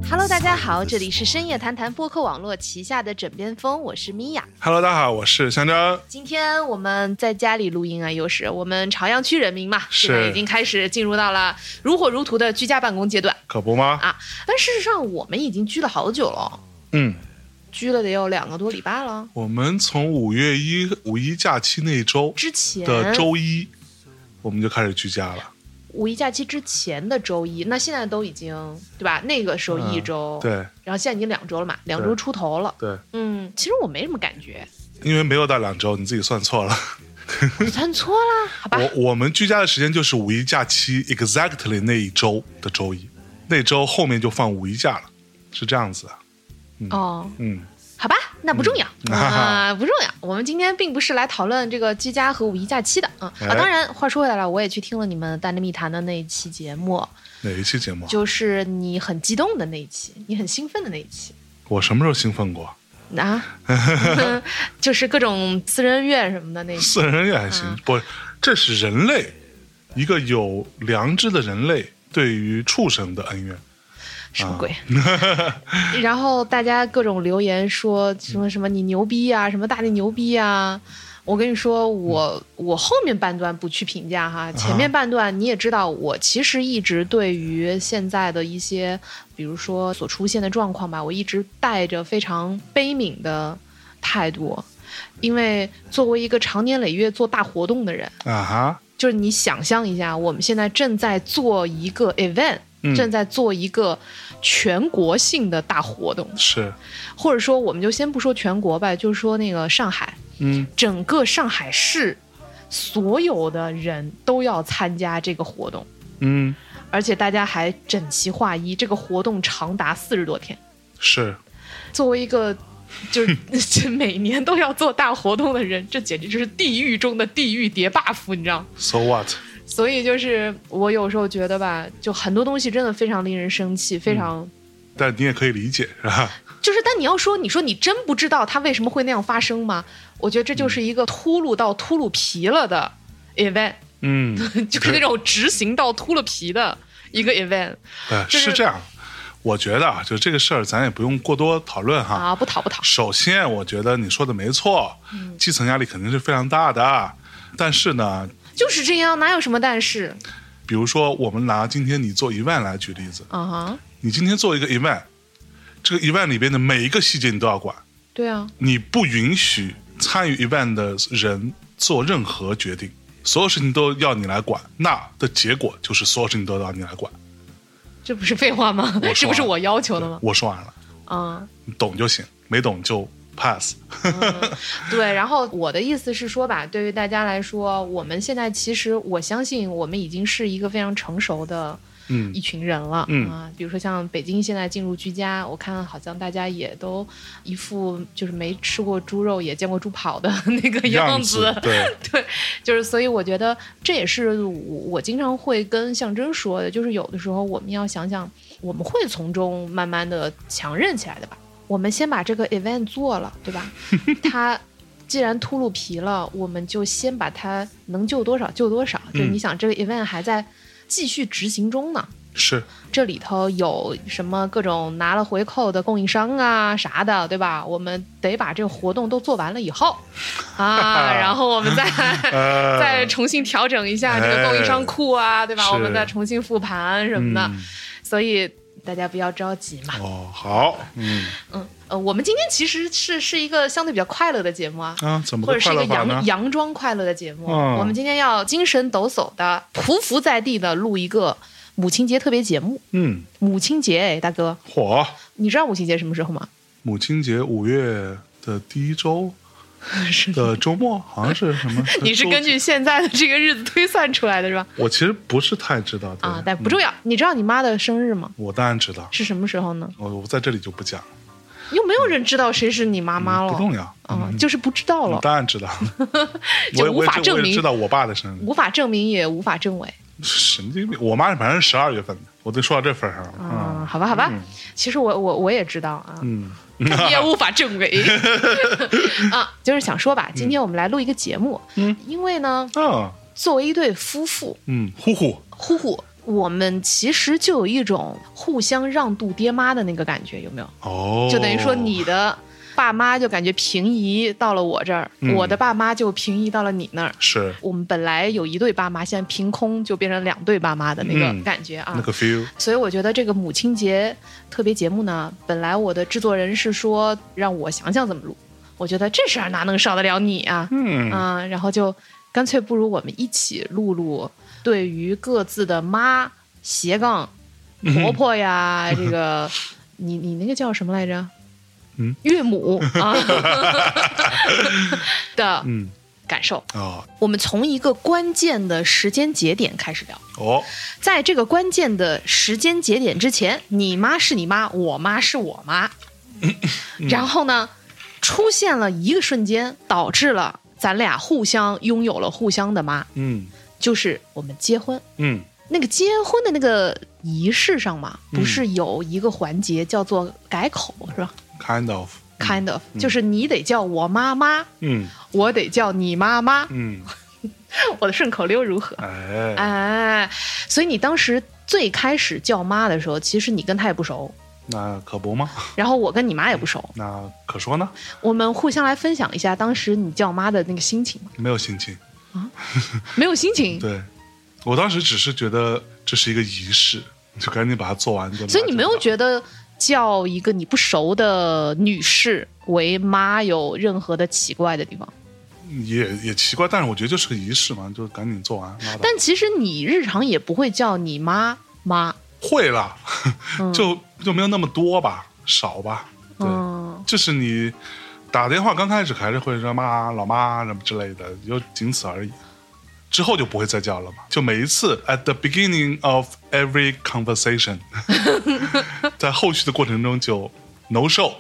Hello， 大家好，这里是深夜谈谈播客网络旗下的枕边风，我是米娅。 Hello， 大家好，我是香蕉。 今天我们在家里录音啊，又是我们朝阳区人民嘛，现在已经开始进入到了如火如荼的居家办公阶段， 可不吗？ 啊，但事实上我们已经居了好久了，居了得有2个多礼拜了。 我们从5月1五一假期那周之前的周一，我们就开始居家了。 五一假期之前的周一，那现在都已经对吧？那个时候1周， 对， 然后现在已经2周了嘛，2周出头了。 对， 其实我没什么感觉， 因为没有到2周，你自己算错了。 我算错了，好吧。 我们居家的时间就是五一假期 exactly 那一周的周一，那周后面就放五一假了，是这样子的。 好吧，那不重要不重要。我们今天并不是来讨论这个居家和五一假期的当然，话说回来了，我也去听了你们大内密谈的那一期节目。 哪一期节目？ 就是你很激动的那一期，你很兴奋的那一期。 我什么时候兴奋过？ 就是各种私人院什么的那一期。 私人院还行，不，这是人类一个有良知的人类对于畜生的恩怨。 什么鬼？然后大家各种留言说什么你牛逼啊，什么大内牛逼啊。我跟你说，我后面半段不去评价哈，前面半段你也知道，我其实一直对于现在的一些，比如说所出现的状况吧，我一直带着非常悲悯的态度，因为作为一个常年累月做大活动的人就是你想象一下，我们现在正在做一个 event。正在做一个全国性的大活动， 是， 或者说我们就先不说全国吧，就是说那个上海，整个上海市所有的人都要参加这个活动，而且大家还整齐划一，这个活动长达40多天， 是， 作为一个就是每年都要做大活动的人，这简直就是地狱中的地狱叠 buff， 你知道 ？So what？ 所以就是我有时候觉得吧，就很多东西真的非常令人生气，非常。 但你也可以理解，是吧？ 就是但你要说，你说你真不知道它为什么会那样发生吗？我觉得这就是一个秃噜到秃噜皮了的 event，就是那种执行到秃了皮的一个 event。 是这样，我觉得就这个事儿，咱也不用过多讨论哈。 不讨。 首先，我觉得你说的没错，基层压力肯定是非常大的，但是呢。 就是这样，哪有什么但是？ 比如说，我们拿今天你做event来举例子，你今天做一个 event， 这个 event 里边的每一个细节你都要管。 对啊， 你不允许参与 event 的人做任何决定，所有事情都要你来管，那的结果就是所有事情都要你来管。 这不是废话吗？是不是我要求的吗？ 我说完了，你懂就行，没懂就。pass 对，然后我的意思是说吧，对于大家来说，我们现在其实我相信我们已经是一个非常成熟的一群人了比如说像北京现在进入居家，我看好像大家也都一副就是没吃过猪肉也见过猪跑的那个样子， 对， 就是所以我觉得这也是我经常会跟象征说的，就是有的时候我们要想想，我们会从中慢慢的强韧起来的吧。我们先把这个 event 做了，对吧？它既然秃噜皮了，我们就先把它能救多少救多少。就你想，这个 event 还在继续执行中呢。 是， 这里头有什么各种拿了回扣的供应商啊啥的，对吧？我们得把这个活动都做完了以后然后我们再重新调整一下这个供应商库啊，对吧？我们再重新复盘什么的，所以。大家不要着急嘛。 好， 我们今天其实是一个相对比较快乐的节目怎么或者是一个佯装快乐的节目。我们今天要精神抖擞的、匍匐在地的录一个母亲节特别节目。母亲节，大哥，你知道母亲节什么时候吗？ 母亲节5月的第1周。的周末好像是什么？ 你是根据现在的这个日子推算出来的是吧？ 我其实不是太知道但不重要。你知道你妈的生日吗？ 我当然知道。 是什么时候呢？ 我在这里就不讲。 又没有人知道谁是你妈妈了， 不重要就是不知道了。 当然知道， 就无法证明。 我也知道我爸的生日， 无法证明也无法证伪。 神经病！我妈反正是12月份的，我都说到这份上了。 好吧，其实我也知道也无法证伪就是想说吧，今天我们来录一个节目，因为呢，作为一对夫妇， 呼呼， 我们其实就有一种互相让渡爹妈的那个感觉，有没有？ 哦， 就等于说你的爸妈就感觉平移到了我这儿，我的爸妈就平移到了你那儿。 是我们本来有一对爸妈，现在凭空就变成2对爸妈的那个感觉啊， 那个 feel。 所以我觉得这个母亲节特别节目呢，本来我的制作人是说让我想想怎么录，我觉得这事儿哪能少得了你啊？然后就干脆不如我们一起录录对于各自的妈斜杠婆婆呀，这个你那个叫什么来着？岳母啊的感受。我们从一个关键的时间节点开始聊。在这个关键的时间节点之前，你妈是你妈，我妈是我妈。然后呢，出现了一个瞬间，导致了咱俩互相拥有了互相的妈。就是我们结婚。那个结婚的那个仪式上嘛，不是有一个环节叫做改口是吧？kind of，就是你得叫我妈妈，我得叫你妈妈，我的顺口溜如何？所以你当时最开始叫妈的时候，其实你跟她也不熟， 那可不吗？ 然后我跟你妈也不熟， 那可说呢。 我们互相来分享一下当时你叫妈的那个心情。 没有心情啊？没有心情？ 对，我当时只是觉得这是一个仪式，就赶紧把它做完。 所以你没有觉得叫一个你不熟的女士为妈有任何的奇怪的地方？ 也奇怪，但是我觉得就是个仪式嘛，就赶紧做完。 但其实你日常也不会叫你妈妈。 会啦，就没有那么多吧，少吧。对，就是你打电话刚开始还是会说妈、老妈什么之类的，就仅此而已。之后就不会再叫了嘛，就每一次 at the beginning of every conversation 在后续的过程中就 no show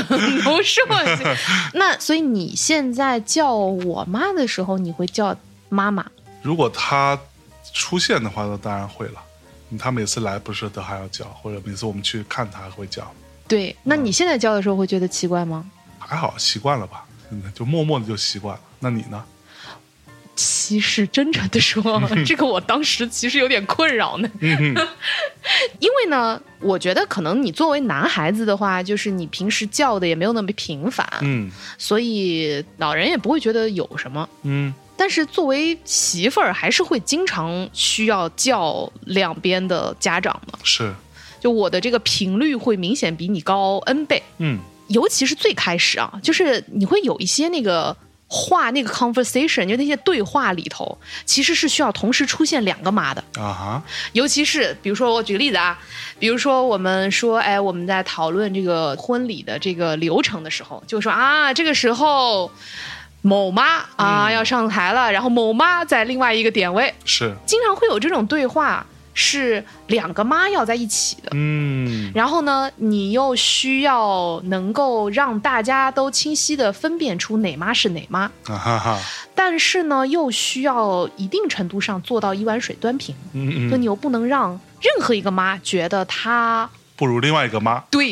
no show 那所以你现在叫我妈的时候你会叫妈妈？ 如果她出现的话那当然会了，她每次来不是都还要叫，或者每次我们去看她还会叫。 对，那你现在叫的时候会觉得奇怪吗？ 还好，习惯了吧，就默默的就习惯了。那你呢？ 其实真诚的说，这个我当时其实有点困扰呢。因为呢，我觉得可能你作为男孩子的话，就是你平时叫的也没有那么频繁，所以老人也不会觉得有什么。但是作为媳妇儿，还是会经常需要叫两边的家长的。 是， 就我的这个频率会明显比你高 N 倍。尤其是最开始啊，就是你会有一些那个话，那个 conversation 就那些对话里头，其实是需要同时出现2个妈的啊。 尤其是比如说我举个例子啊，比如说我们说，我们在讨论这个婚礼的这个流程的时候，就说啊，这个时候某妈啊要上台了，然后某妈在另外一个点位， 是经常会有这种对话。是2个妈要在一起的，然后呢，你又需要能够让大家都清晰的分辨出哪妈是哪妈，但是呢，又需要一定程度上做到一碗水端平，就你又不能让任何一个妈觉得她不如另外一个妈。 对，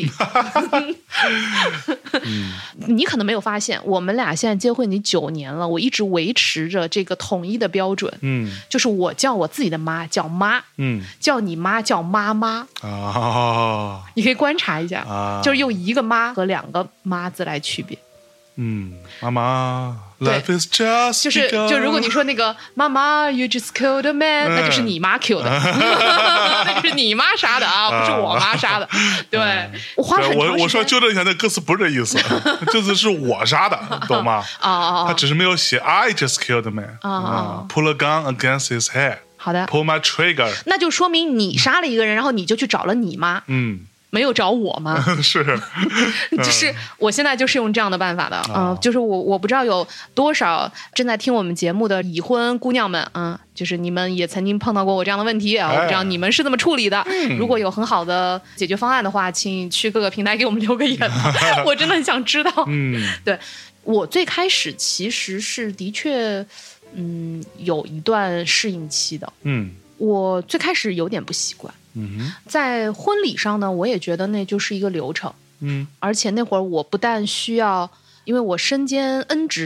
你可能没有发现，我们俩现在结婚已经9年了，我一直维持着这个统一的标准，就是我叫我自己的妈叫妈，叫你妈叫妈妈。你可以观察一下，就是用一个妈和2个妈字来区别。 妈妈 Life is just 就如果你说那个妈妈 You just killed a man，那就是你妈 kill 的，那就是你妈杀的啊，不是我妈杀的。对，我花很长时间。 我说纠正一下，那歌词不是这意思，这次是我杀的，懂吗？他只是没有写 I just killed a man， pull a gun against his head。 好的 ，pull my trigger， 那就说明你杀了一个人，然后你就去找了你妈。没有找我吗？ 是， 就是我现在就是用这样的办法的，就是我不知道有多少正在听我们节目的已婚姑娘们，就是你们也曾经碰到过我这样的问题啊，我不知道你们是怎么处理的。如果有很好的解决方案的话，请去各个平台给我们留个言，我真的很想知道。对，我最开始其实是的确，有一段适应期的。我最开始有点不习惯。在婚礼上呢，我也觉得那就是一个流程。而且那会儿我不但需要，因为我身兼 N 职，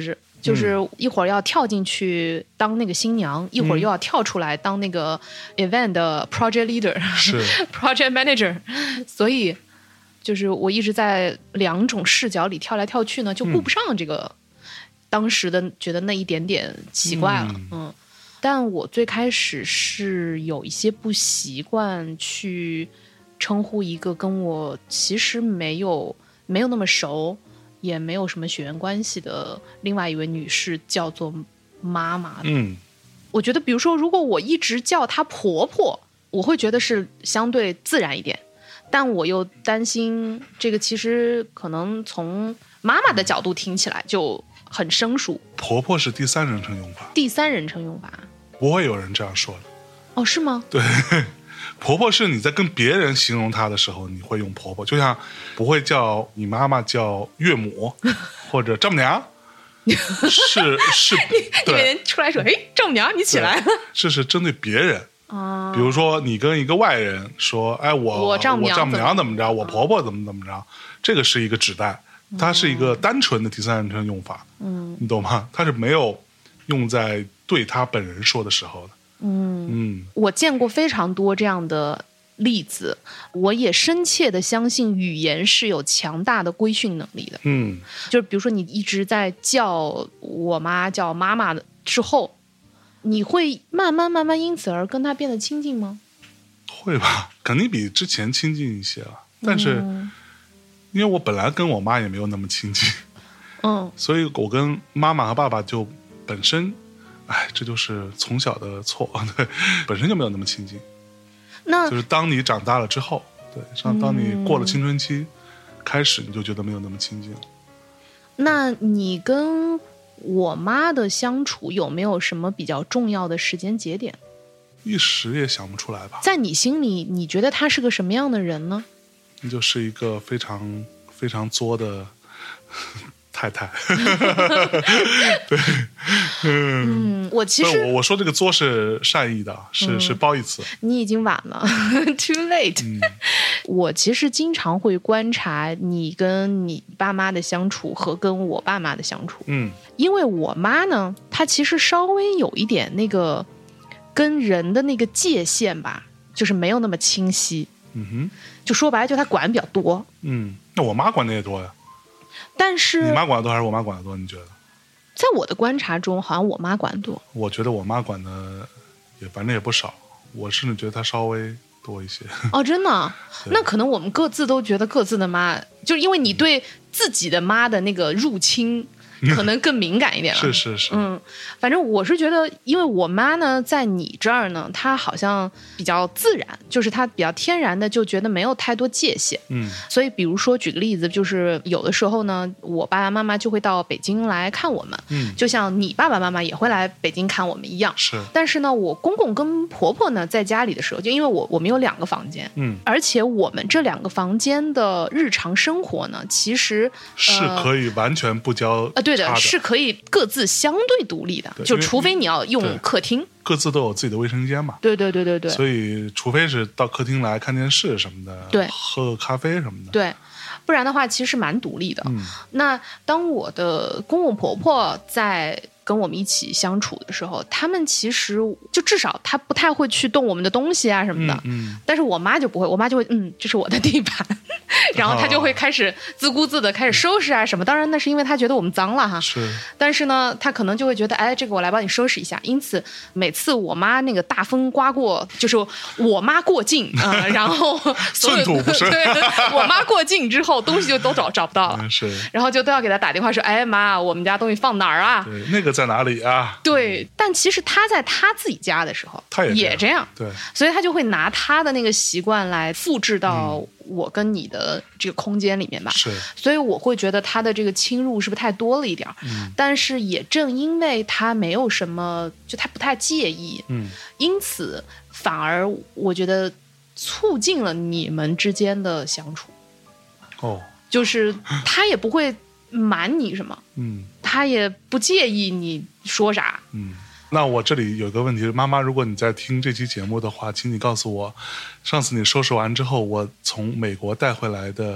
就是一会儿要跳进去当那个新娘，一会儿又要跳出来当那个 event 的 project leader， 是 project manager， 所以就是我一直在2种视角里跳来跳去呢，就顾不上这个当时的觉得那一点点奇怪了。但我最开始是有一些不习惯去称呼一个跟我其实没有那么熟，也没有什么血缘关系的另外一位女士叫做妈妈的。我觉得比如说如果我一直叫她婆婆，我会觉得是相对自然一点，但我又担心这个其实可能从妈妈的角度听起来就很生疏。 婆婆是第3人称用法， 第3人称用法不会有人这样说的。 哦，是吗？ 对，婆婆是你在跟别人形容她的时候你会用婆婆，就像不会叫你妈妈叫岳母或者丈母娘。是你每天出来说哎，丈母娘你起来， 这是针对别人。比如说你跟一个外人说哎我丈母娘怎么着，我婆婆怎么着，这个是一个指代，它是一个单纯的第3人称用法。你懂吗？它是没有用在对他本人说的时候的。 我见过非常多这样的例子，我也深切的相信语言是有强大的规训能力的。就是比如说你一直在叫我妈叫妈妈的之后，你会慢慢因此而跟她变得亲近吗？ 会吧，肯定比之前亲近一些了。但是因为我本来跟我妈也没有那么亲近，所以我跟妈妈和爸爸就本身这就是从小的错，对，本身就没有那么亲近。那就是当你长大了之后，对，当你过了青春期，开始你就觉得没有那么亲近了。 那你跟我妈的相处有没有什么比较重要的时间节点？ 一时也想不出来吧。 在你心里，你觉得她是个什么样的人呢？ 你就是一个非常非常作的太太。对， 我其实我说这个作是善意的，是褒义词。 你已经晚了，too late。我其实经常会观察你跟你爸妈的相处和跟我爸妈的相处。因为我妈呢，她其实稍微有一点那个跟人的那个界限吧，就是没有那么清晰。就说白了，就她管比较多。 那我妈管的也多呀。 但是你妈管的多还是我妈管的多？你觉得？ 在我的观察中，好像我妈管多。 我觉得我妈管的反正也不少，我甚至觉得她稍微多一些。 哦，真的？那可能我们各自都觉得各自的妈，就是因为你对自己的妈的那个入侵可能更敏感一点了。 是。 反正我是觉得，因为我妈呢，在你这儿呢，她好像比较自然，就是她比较天然的就觉得没有太多界限。所以比如说举个例子，就是有的时候呢，我爸爸妈妈就会到北京来看我们，就像你爸爸妈妈也会来北京看我们一样。 是。 但是呢，我公公跟婆婆呢，在家里的时候，就因为我们有2个房间，而且我们这2个房间的日常生活呢，其实是可以完全不交对的，是可以各自相对独立的，就除非你要用客厅， 各自都有自己的卫生间嘛。 对。 所以除非是到客厅来看电视什么的， 对， 喝个咖啡什么的， 对，不然的话其实蛮独立的。那当我的公公婆婆在跟我们一起相处的时候，他们其实就至少他不太会去动我们的东西啊什么的。但是我妈就不会，我妈就会这是我的地盘，然后她就会开始自顾自的开始收拾啊什么。当然那是因为她觉得我们脏了哈。 是。 但是呢，她可能就会觉得这个我来帮你收拾一下。因此每次我妈那个大风刮过，就是我妈过境然后寸土不生。 对，我妈过境之后东西就都找不到了。 是。 然后就都要给她打电话说妈，我们家东西放哪儿啊？ 对，那个在哪里啊？ 对，但其实他在他自己家的时候， 他也这样。 对， 所以他就会拿他的那个习惯来复制到我跟你的这个空间里面吧。 是， 所以我会觉得他的这个侵入是不是太多了一点？但是也正因为他没有什么，就他不太介意，因此反而我觉得促进了你们之间的相处。就是他也不会瞒你什么，他也不介意你说啥。 那我这里有个问题，妈妈，如果你在听这期节目的话，请你告诉我，上次你收拾完之后，我从美国带回来的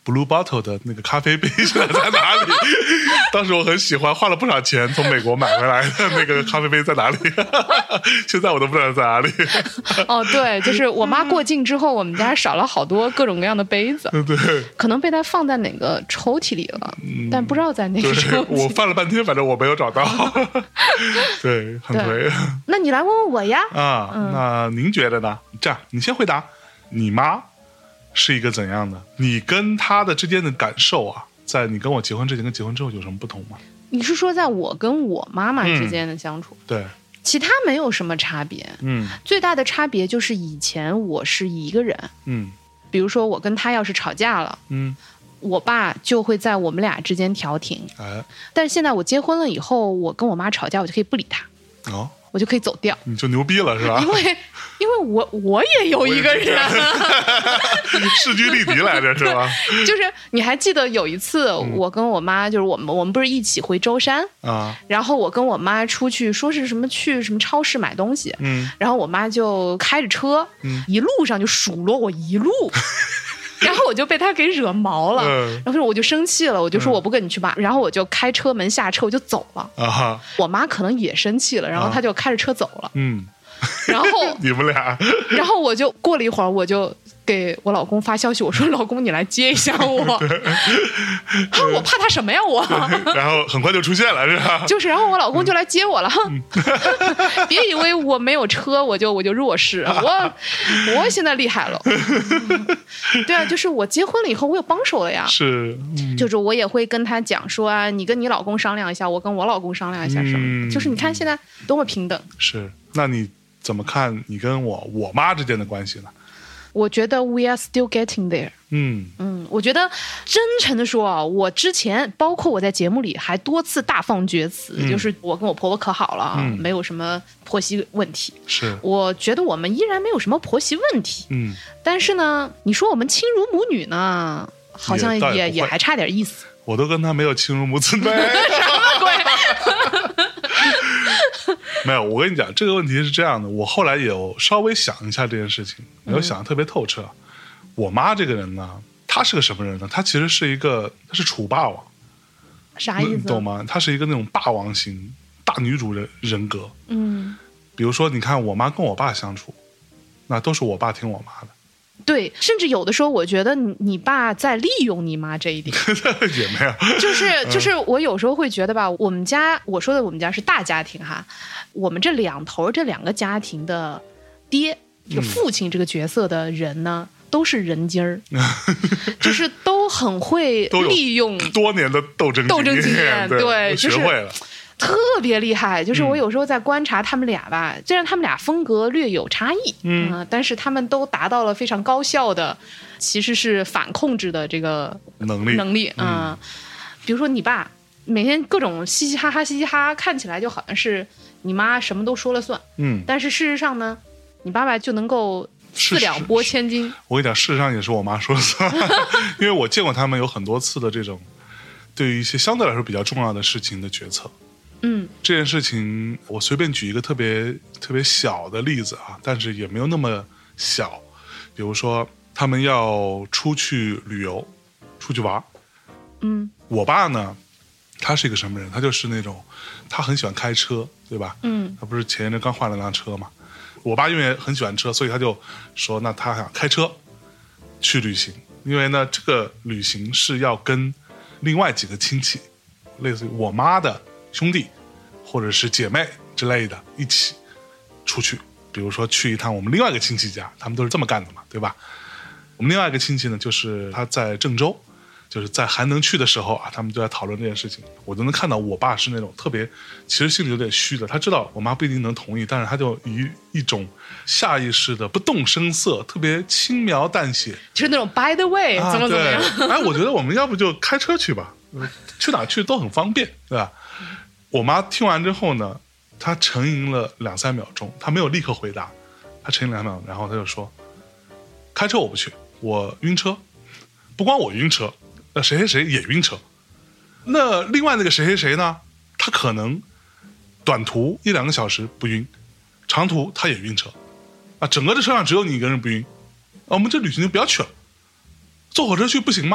Blue Bottle 的那个咖啡杯现在在哪里？当时我很喜欢，花了不少钱从美国买回来的那个咖啡杯在哪里？现在我都不知道在哪里。 哦，对，就是我妈过境之后，我们家少了好多各种各样的杯子， 对， 可能被她放在哪个抽屉里了，但不知道在哪个抽屉。 我翻了半天，反正我没有找到。对，很颓。 那你来问问我呀？ 那您觉得呢？这样，你先回答，你妈是一个怎样的？你跟她的之间的感受啊，在你跟我结婚之前跟结婚之后有什么不同吗？ 你是说在我跟我妈妈之间的相处？ 对。 其他没有什么差别，最大的差别就是以前我是一个人，比如说我跟他要是吵架了，我爸就会在我们俩之间调停，但是现在我结婚了以后，我跟我妈吵架，我就可以不理他，我就可以走掉， 你就牛逼了是吧？ 因为我也有一个人， 势均力敌来着是吧？ 就是你还记得有一次，我跟我妈就是我们不是一起回舟山啊，然后我跟我妈出去说是什么去什么超市买东西，然后我妈就开着车，一路上就数落我一路。然后我就被他给惹毛了，然后我就生气了，我就说我不跟你去吧，然后我就开车门下车我就走了。我妈可能也生气了，然后她就开着车走了。然后你们俩， 然后我就过了一会儿，我就给我老公发消息，我说老公你来接一下我。我怕他什么呀我？ 然后很快就出现了是吧？ 就是，然后我老公就来接我了。别以为我没有车我就弱势，我现在厉害了。对啊，就是我结婚了以后我有帮手了呀。 是， 就是我也会跟他讲说啊，你跟你老公商量一下，我跟我老公商量一下什么。就是你看现在多么平等。 是，那你怎么看你跟我妈之间的关系呢？ 我觉得 we are still getting there。我觉得真诚的说啊，我之前包括我在节目里还多次大放厥词，就是我跟我婆婆可好了，没有什么婆媳问题。 是， 我觉得我们依然没有什么婆媳问题。但是呢，你说我们亲如母女呢，好像也还差点意思。 我都跟她没有亲如母子。什么鬼？ 没有，我跟你讲，这个问题是这样的，我后来也有稍微想一下这件事情，没有想得特别透彻。我妈这个人呢，她是个什么人呢？她其实是她是楚霸王。 啥意思？ 你懂吗？她是一个那种霸王型大女主人格。比如说你看我妈跟我爸相处，那都是我爸听我妈的。 对，甚至有的时候我觉得你爸在利用你妈这一点。 也没有， 就是我有时候会觉得吧，我们家，我说的我们家是大家庭哈，我们这两头这两个家庭的爹，就父亲这个角色的人呢，都是人精儿，就是都很会利用多年的斗争经验， 对， 学会了。 特别厉害，就是我有时候在观察他们俩吧，虽然他们俩风格略有差异，但是他们都达到了非常高效的，其实是反控制的这个能力啊。比如说你爸每天各种嘻嘻哈哈，看起来就好像是你妈什么都说了算，但是事实上呢，你爸爸就能够四两拨千斤。 我跟你讲，事实上也是我妈说了算，因为我见过他们有很多次的这种对于一些相对来说比较重要的事情的决策。这件事情我随便举一个特别特别小的例子啊，但是也没有那么小。比如说他们要出去旅游，出去玩，我爸呢，他是一个什么人？他就是那种他很喜欢开车，对吧？他不是前一阵刚换了辆车嘛。我爸因为很喜欢车，所以他就说，那他想开车去旅行，因为呢，这个旅行是要跟另外几个亲戚，类似于我妈的兄弟或者是姐妹之类的一起出去，比如说去一趟我们另外一个亲戚家，他们都是这么干的嘛，对吧？我们另外一个亲戚呢，就是他在郑州，就是在还能去的时候啊，他们就在讨论这件事情。我都能看到我爸是那种特别，其实心里有点虚的，他知道我妈不一定能同意，但是他就以一种下意识的不动声色，特别轻描淡写， 就是那种 by the way，怎么样？ 哎，我觉得我们要不就开车去吧，去哪去都很方便，对吧？我妈听完之后呢，她沉吟了2-3秒钟，她没有立刻回答，她沉吟2秒，然后她就说：“开车我不去，我晕车，不光我晕车，那谁谁谁也晕车。那另外那个谁谁谁呢？他可能短途1-2个小时不晕，长途他也晕车，啊，整个的车上只有你一个人不晕，啊，我们这旅行就不要去了，坐火车去不行吗？”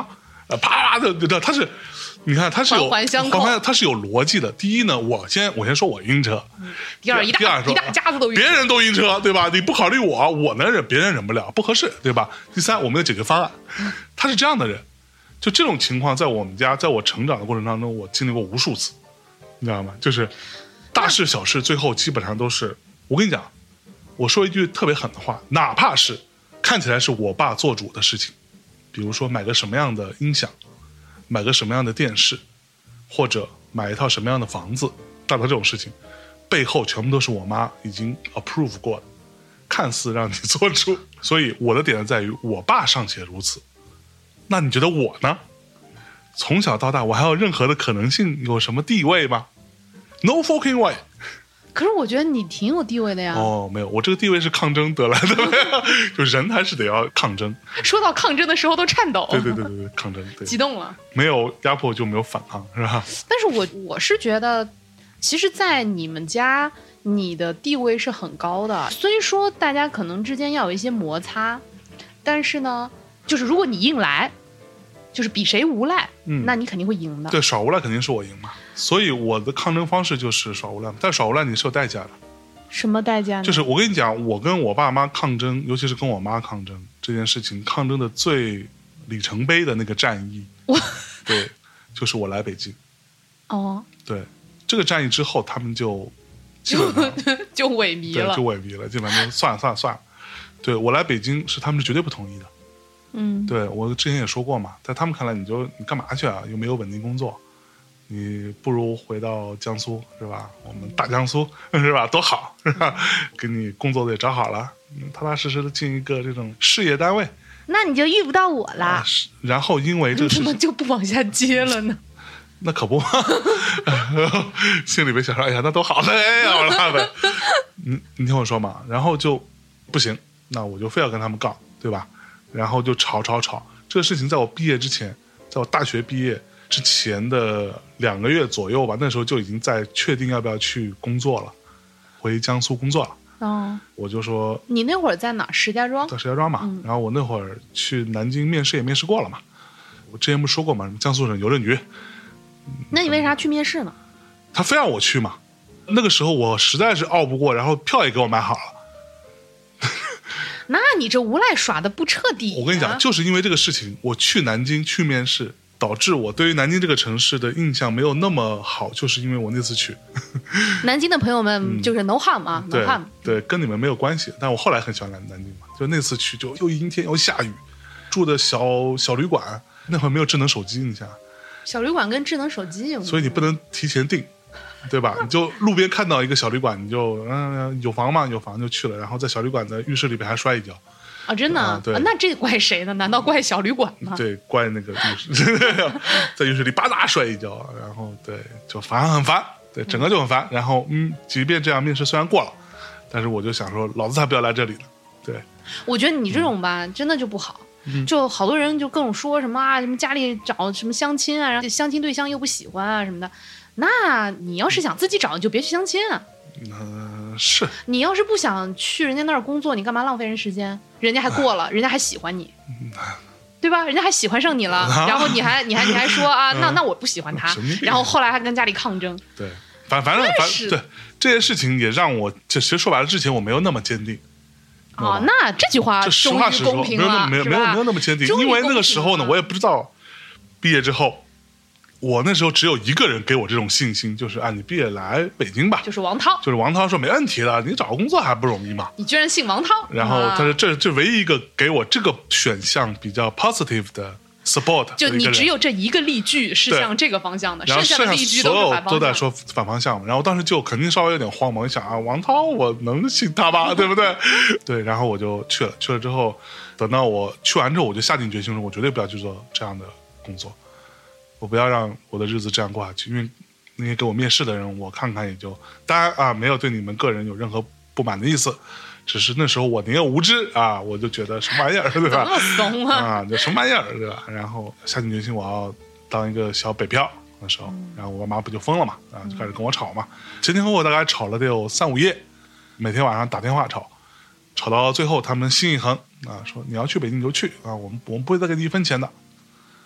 啪的，他是。你看，他是有环环相扣， 他是有逻辑的。第一呢，我先说我晕车， 第二一大家子都晕， 别人都晕车，对吧？你不考虑我能忍，别人忍不了，不合适，对吧？第三，我们有解决方案。他是这样的人，就这种情况，在我们家，在我成长的过程当中，我经历过无数次，你知道吗？就是大事小事，最后基本上都是我跟你讲，我说一句特别狠的话，哪怕是看起来是我爸做主的事情，比如说买个什么样的音响。买个什么样的电视，或者买一套什么样的房子，大到这种事情，背后全部都是我妈已经 approve 过的，看似让你做主。所以我的点在于，我爸尚且如此，那你觉得我呢？从小到大，我还有任何的可能性，有什么地位吗 ？No fucking way。 可是我觉得你挺有地位的呀。 哦，没有，我这个地位是抗争得来的，就人还是得要抗争。 说到抗争的时候都颤抖。 对，抗争，对， 激动了。 没有压迫就没有反抗，是吧？ 但是我是觉得，其实，在你们家，你的地位是很高的。虽说大家可能之间要有一些摩擦，但是呢，就是如果你硬来，就是比谁无赖，那你肯定会赢的。 对，耍无赖肯定是我赢嘛。所以我的抗争方式就是耍无赖，但耍无赖你是有代价的。 什么代价呢？ 就是我跟你讲，我跟我爸妈抗争，尤其是跟我妈抗争这件事情，抗争的最里程碑的那个战役，对，就是我来北京。 哦， 对，这个战役之后，他们就基本上就萎靡了， 就萎靡了，基本上就算了。对，我来北京是他们是绝对不同意的。对，我之前也说过嘛，在他们看来，你干嘛去啊？又没有稳定工作，你不如回到江苏，是吧？我们大江苏，是吧？多好，是吧？给你工作的也找好了，踏踏实实的进一个这种事业单位， 那你就遇不到我啦。 然后因为这个事情， 你怎么就不往下接了呢？ 那可不嘛，心里边想说，哎呀，那都好的，哎呀，我拉呗。你听我说嘛，然后就不行，那我就非要跟他们杠，对吧？然后就吵，这个事情在我毕业之前，在我大学毕业之前的2个月左右吧，那时候就已经在确定要不要去工作了，回江苏工作了。我就说你那会儿在哪？石家庄。 在石家庄嘛。然后我那会儿去南京面试也面试过了嘛，我之前不说过嘛，江苏省邮政局。 那你为啥去面试呢？ 他非让我去嘛，那个时候我实在是拗不过，然后票也给我买好了。 那你这无赖耍的不彻底。 我跟你讲，就是因为这个事情，我去南京去面试，导致我对于南京这个城市的印象没有那么好，就是因为我那次去。 南京的朋友们就是 no harm 啊，no harm。 对，跟你们没有关系。但我后来很喜欢南京嘛，就那次去就又阴天又下雨，住的小旅馆，那会儿没有智能手机，你想。 小旅馆跟智能手机有， 所以你不能提前订。对吧？你就路边看到一个小旅馆，你就有房吗？有房就去了，然后在小旅馆的浴室里边还摔一跤。 啊，真的？ 对， 那这怪谁呢？难道怪小旅馆吗？ 对，怪那个浴室，在浴室里吧嗒摔一跤，然后对，就很烦，对，整个就很烦。然后即便这样，面试虽然过了，但是我就想说，老子才不要来这里了。对， 我觉得你这种吧，真的就不好。就好多人就各种说什么啊，什么家里找什么相亲啊，然后相亲对象又不喜欢啊什么的。那你要是想自己找，你就别去相亲啊。 是。 你要是不想去人家那儿工作，你干嘛浪费人时间？人家还过了，人家还喜欢你，对吧？人家还喜欢上你了，然后你还说啊，那我不喜欢他，然后后来还跟家里抗争。 对，反正对这些事情也让我，其实说白了，之前我没有那么坚定。 那这句话实话实说，没有那么坚定，因为那个时候呢，我也不知道毕业之后。我那时候只有一个人给我这种信心，就是你毕业来北京吧， 就是王涛， 说没问题的，你找个工作还不容易嘛。 你居然姓王涛， 然后他说这唯一一个给我这个选项比较 positive 的 support， 就你只有这一个例句是向这个方向的，剩下的例句所有都在说反方向。然后当时就肯定稍微有点慌忙，想王涛我能信他吧，对不对？对，然后我就去了之后，等到我去完之后，我就下定决心说，我绝对不要去做这样的工作。我不要让我的日子这样过下去，因为那些给我面试的人，我看看也就，当然没有对你们个人有任何不满的意思，只是那时候我年幼无知我就觉得什么玩意儿，对吧？ 这么怂啊！ 就什么玩意儿，对吧？然后下定决心我要当一个小北漂的时候，然后我妈不就疯了嘛，就开始跟我吵嘛，前前后后大概吵了得有3-5夜，每天晚上打电话吵到最后他们心一横说你要去北京你就去我们不会再给你1分钱的。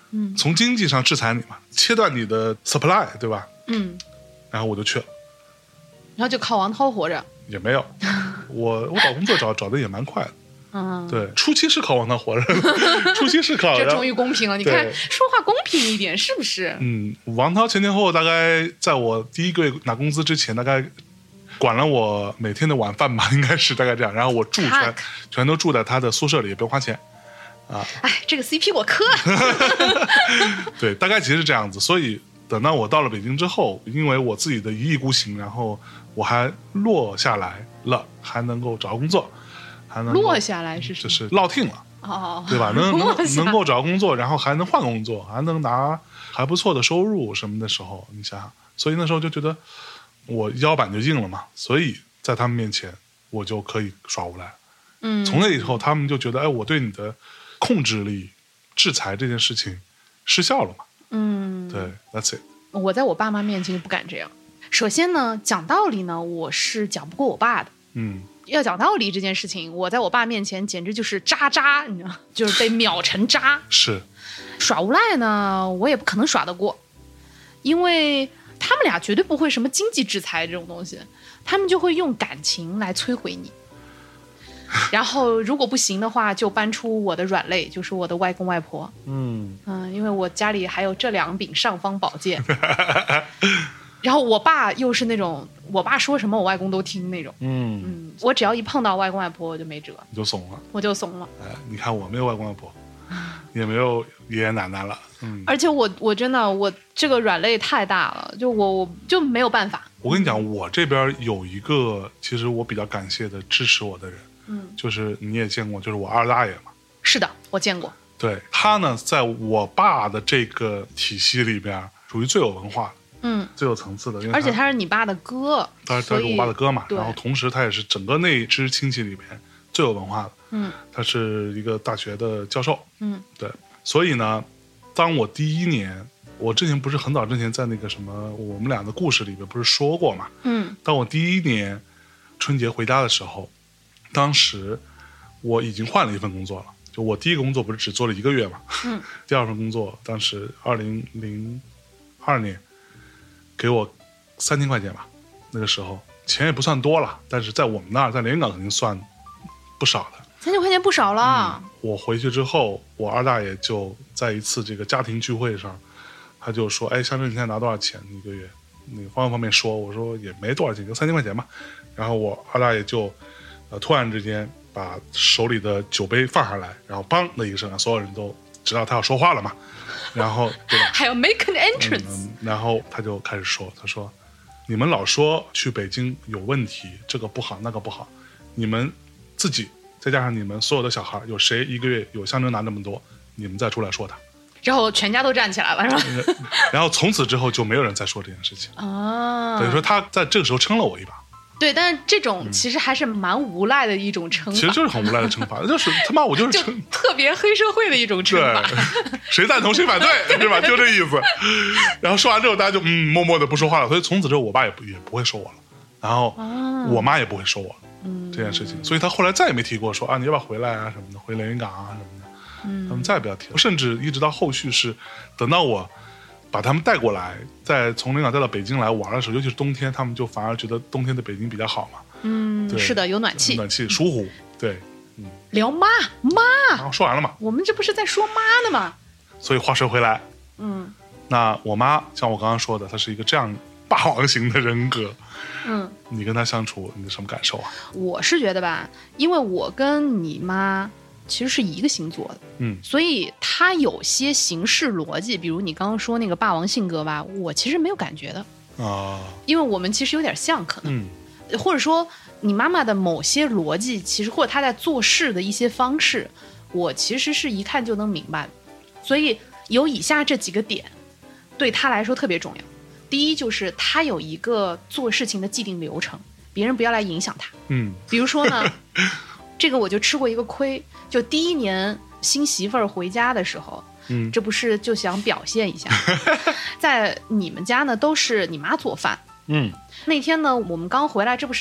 从经济上制裁你嘛，切断你的 supply， 对吧？然后我就去了， 然后就靠王涛活着。 也没有，我找工作找的也蛮快的。对，初期是靠王涛活着，初期是靠。 这终于公平了，你看说话公平一点是不是？ 王涛前后大概在我第一个月拿工资之前，大概管了我每天的晚饭吧，应该是大概这样。然后我住全都住在他的宿舍里，也不用花钱啊。 哎，这个 CP 我磕。 对，大概其实是这样子。所以等到我到了北京之后，因为我自己的一意孤行，然后我还落下来了，还能够找工作。 落下来是什么？ 就是落听了，对吧？能够找工作，然后还能换工作，还能拿还不错的收入什么的时候，你想想，所以那时候就觉得我腰板就硬了嘛，所以在他们面前我就可以耍无赖。从那以后他们就觉得，哎，我对你的控制力、制裁这件事情失效了嘛。对 ，That's it。 我在我爸妈面前就不敢这样。首先呢，讲道理呢，我是讲不过我爸的。要讲道理这件事情，我在我爸面前简直就是渣，你知道，就是被秒成渣。 是， 耍无赖呢，我也不可能耍得过，因为他们俩绝对不会什么经济制裁这种东西，他们就会用感情来摧毁你。然后如果不行的话，就搬出我的软肋，就是我的外公外婆。因为我家里还有这2柄尚方宝剑。然后我爸又是那种，我爸说什么我外公都听那种。我只要一碰到外公外婆，我就没辙， 你就怂了， 我就怂了。 你看我没有外公外婆，也没有爷爷奶奶了。 而且我真的我这个软肋太大了，就我就没有办法。 我跟你讲，我这边有一个其实我比较感谢的支持我的人，就是你也见过，就是我二大爷嘛。是的，我见过。 对，他呢，在我爸的这个体系里边，属于最有文化的。最有层次的，因为而且他是你爸的哥， 他是我爸的哥嘛，然后同时他也是整个那支亲戚里边最有文化的，他是一个大学的教授，对，所以呢，当我第一年，我之前不是很早之前在那个什么我们俩的故事里边不是说过嘛，当我第一年春节回家的时候，当时我已经换了一份工作了，就我第一个工作不是只做了1个月嘛，第二份工作当时2002年。给我3000块钱吧，那个时候钱也不算多了，但是在我们那儿，在连云港肯定算不少的。 3000块钱不少了。 我回去之后，我二大爷就在一次这个家庭聚会上，他就说：“哎，香珍，你现在拿多少钱1个月？”那个方面说，我说也没多少钱，就3000块钱吧。然后我二大爷就突然之间把手里的酒杯放下来，然后梆的一声，所有人都知道他要说话了嘛。然后对吧？ 还要 make an entrance。 然后他就开始说，他说：“你们老说去北京有问题，这个不好那个不好，你们自己再加上你们所有的小孩，有谁1个月有香珍拿那么多？你们再出来说他。” 然后全家都站起来了，是吧？ 然后从此之后就没有人再说这件事情啊。等于说他在这个时候撑了我一把。 对，但是这种其实还是蛮无赖的一种惩罚， 其实就是很无赖的惩罚，就是他妈我就是特别黑社会的一种惩罚， 对，谁赞同谁反对，是吧？就这意思。然后说完之后，大家就默默的不说话了。所以从此之后，我爸也不会说我了，然后我妈也不会说我这件事情。所以他后来再也没提过说啊，你要不要回来啊什么的，回连云港啊什么的。他们再也不要提了，甚至一直到后续是等到我把他们带过来，再从连云港带到北京来玩的时候，尤其是冬天，他们就反而觉得冬天的北京比较好嘛。 是的，有暖气， 舒服。对， 聊妈， 然后说完了嘛， 我们这不是在说妈呢吗？ 所以话说回来，那我妈像我刚刚说的，她是一个这样霸王型的人格。你跟她相处，你的什么感受啊？ 我是觉得吧，因为我跟你妈其实是一个星座的，所以他有些行事逻辑，比如你刚刚说那个霸王性格吧，我其实没有感觉的啊，因为我们其实有点像，可能，或者说你妈妈的某些逻辑，其实或者她在做事的一些方式，我其实是一看就能明白，所以有以下这几个点，对她来说特别重要。第一就是她有一个做事情的既定流程，别人不要来影响她。比如说呢。这个我就吃过一个亏，就第一年新媳妇儿回家的时候，这不是就想表现一下，在你们家呢都是你妈做饭，那天呢我们刚回来，这不是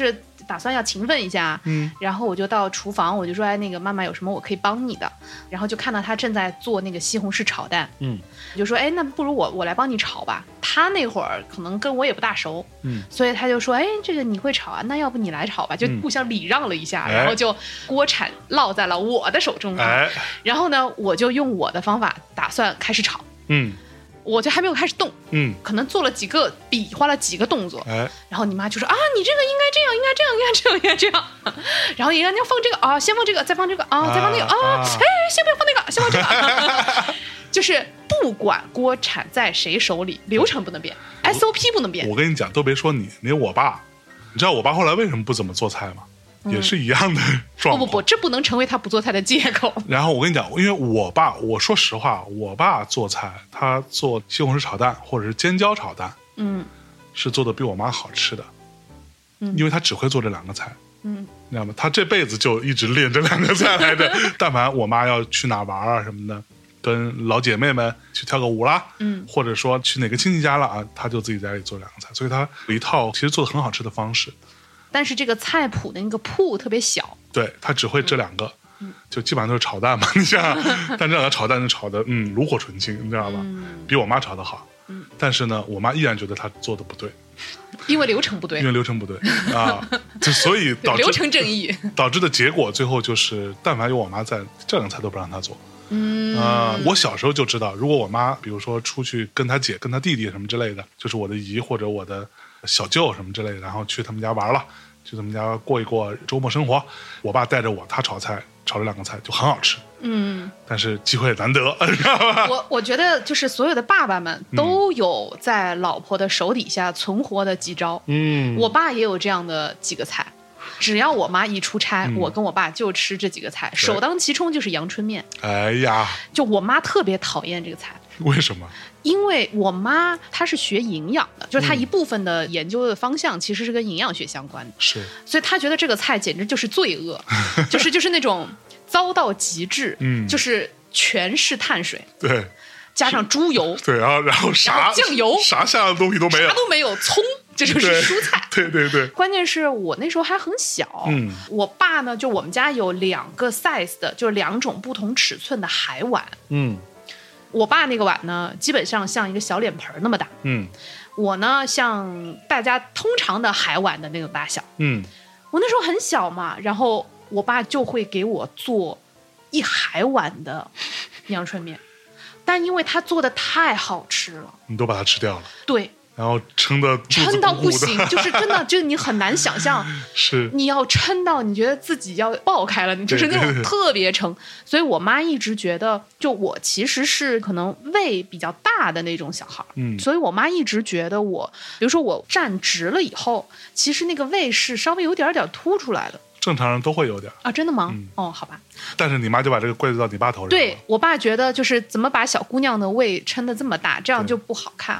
打算要勤奋一下，然后我就到厨房，我就说，哎，那个妈妈有什么我可以帮你的？然后就看到她正在做那个西红柿炒蛋，我就说，哎，那不如我来帮你炒吧。她那会儿可能跟我也不大熟，所以她就说，哎，这个你会炒啊？那要不你来炒吧？就互相礼让了一下，然后就锅铲落在了我的手中，然后呢，我就用我的方法打算开始炒，我就还没有开始动，可能做了几个比划了几个动作，然后你妈就说啊，你这个应该这样，应该这样，应该这样，应该这样，然后你要放这个啊，先放这个，再放这个啊，再放那个啊，哎，先不要放那个，先放这个，就是不管锅铲在谁手里，流程不能变 ，SOP 不能变。 我跟你讲，都别说你，连我爸，你知道我爸后来为什么不怎么做菜吗？也是一样的状况。 不，这不能成为他不做菜的借口。 然后我跟你讲，因为我爸，我说实话，我爸做菜，他做西红柿炒蛋或者是尖椒炒蛋，是做的比我妈好吃的，因为他只会做这2个菜，你知道吗？他这辈子就一直练这2个菜来着。但凡我妈要去哪玩啊什么的，跟老姐妹们去跳个舞啦，或者说去哪个亲戚家了啊，他就自己在家里做2个菜，所以他有一套其实做的很好吃的方式。 但是这个菜谱的那个铺特别小， 对，他只会这2个，就基本上都是炒蛋嘛。你想想，但这2个炒蛋就炒的炉火纯青，你知道吧？比我妈炒的好。但是呢，我妈依然觉得他做的不对， 因为流程不对， 啊，就所以导致流程正义导致的结果，最后就是但凡有我妈在，这2个菜都不让他做。我小时候就知道，如果我妈比如说出去跟她姐、跟她弟弟什么之类的，就是我的姨或者我的小舅什么之类的，然后去他们家玩了，去他们家过一过周末生活，我爸带着我，他炒菜，炒这2个菜就很好吃。但是机会难得，知道吧？ 我觉得就是所有的爸爸们都有在老婆的手底下存活的几招。我爸也有这样的几个菜，只要我妈一出差，我跟我爸就吃这几个菜，首当其冲就是阳春面。 哎呀， 就我妈特别讨厌这个菜。 为什么？ 因为我妈她是学营养的，就是她一部分的研究的方向其实是跟营养学相关的， 是， 所以她觉得这个菜简直就是罪恶，就是那种糟到极致，就是全是碳水， 对， 加上猪油， 对，然后啥酱油， 啥像的东西都没有， 啥都没有，葱。这就是蔬菜， 对。 关键是我那时候还很小，我爸呢，就我们家有2个 size 的，就是2种不同尺寸的海碗，我爸那个碗呢，基本上像一个小脸盆那么大，我呢像大家通常的海碗的那种大小，我那时候很小嘛，然后我爸就会给我做1海碗的阳春面，但因为他做的太好吃了， 你都把它吃掉了， 对。 然后撑到不行，就是真的，就是你很难想象， 是你要撑到你觉得自己要爆开了，你就是那种特别撑。所以我妈一直觉得，就我其实是可能胃比较大的那种小孩，所以我妈一直觉得我，比如说我站直了以后，其实那个胃是稍微有点凸出来的。 正常人都会有点啊，真的吗？哦，好吧。 但是你妈就把这个怪罪到你爸头上了。 对，我爸觉得就是怎么把小姑娘的胃撑得这么大，这样就不好看。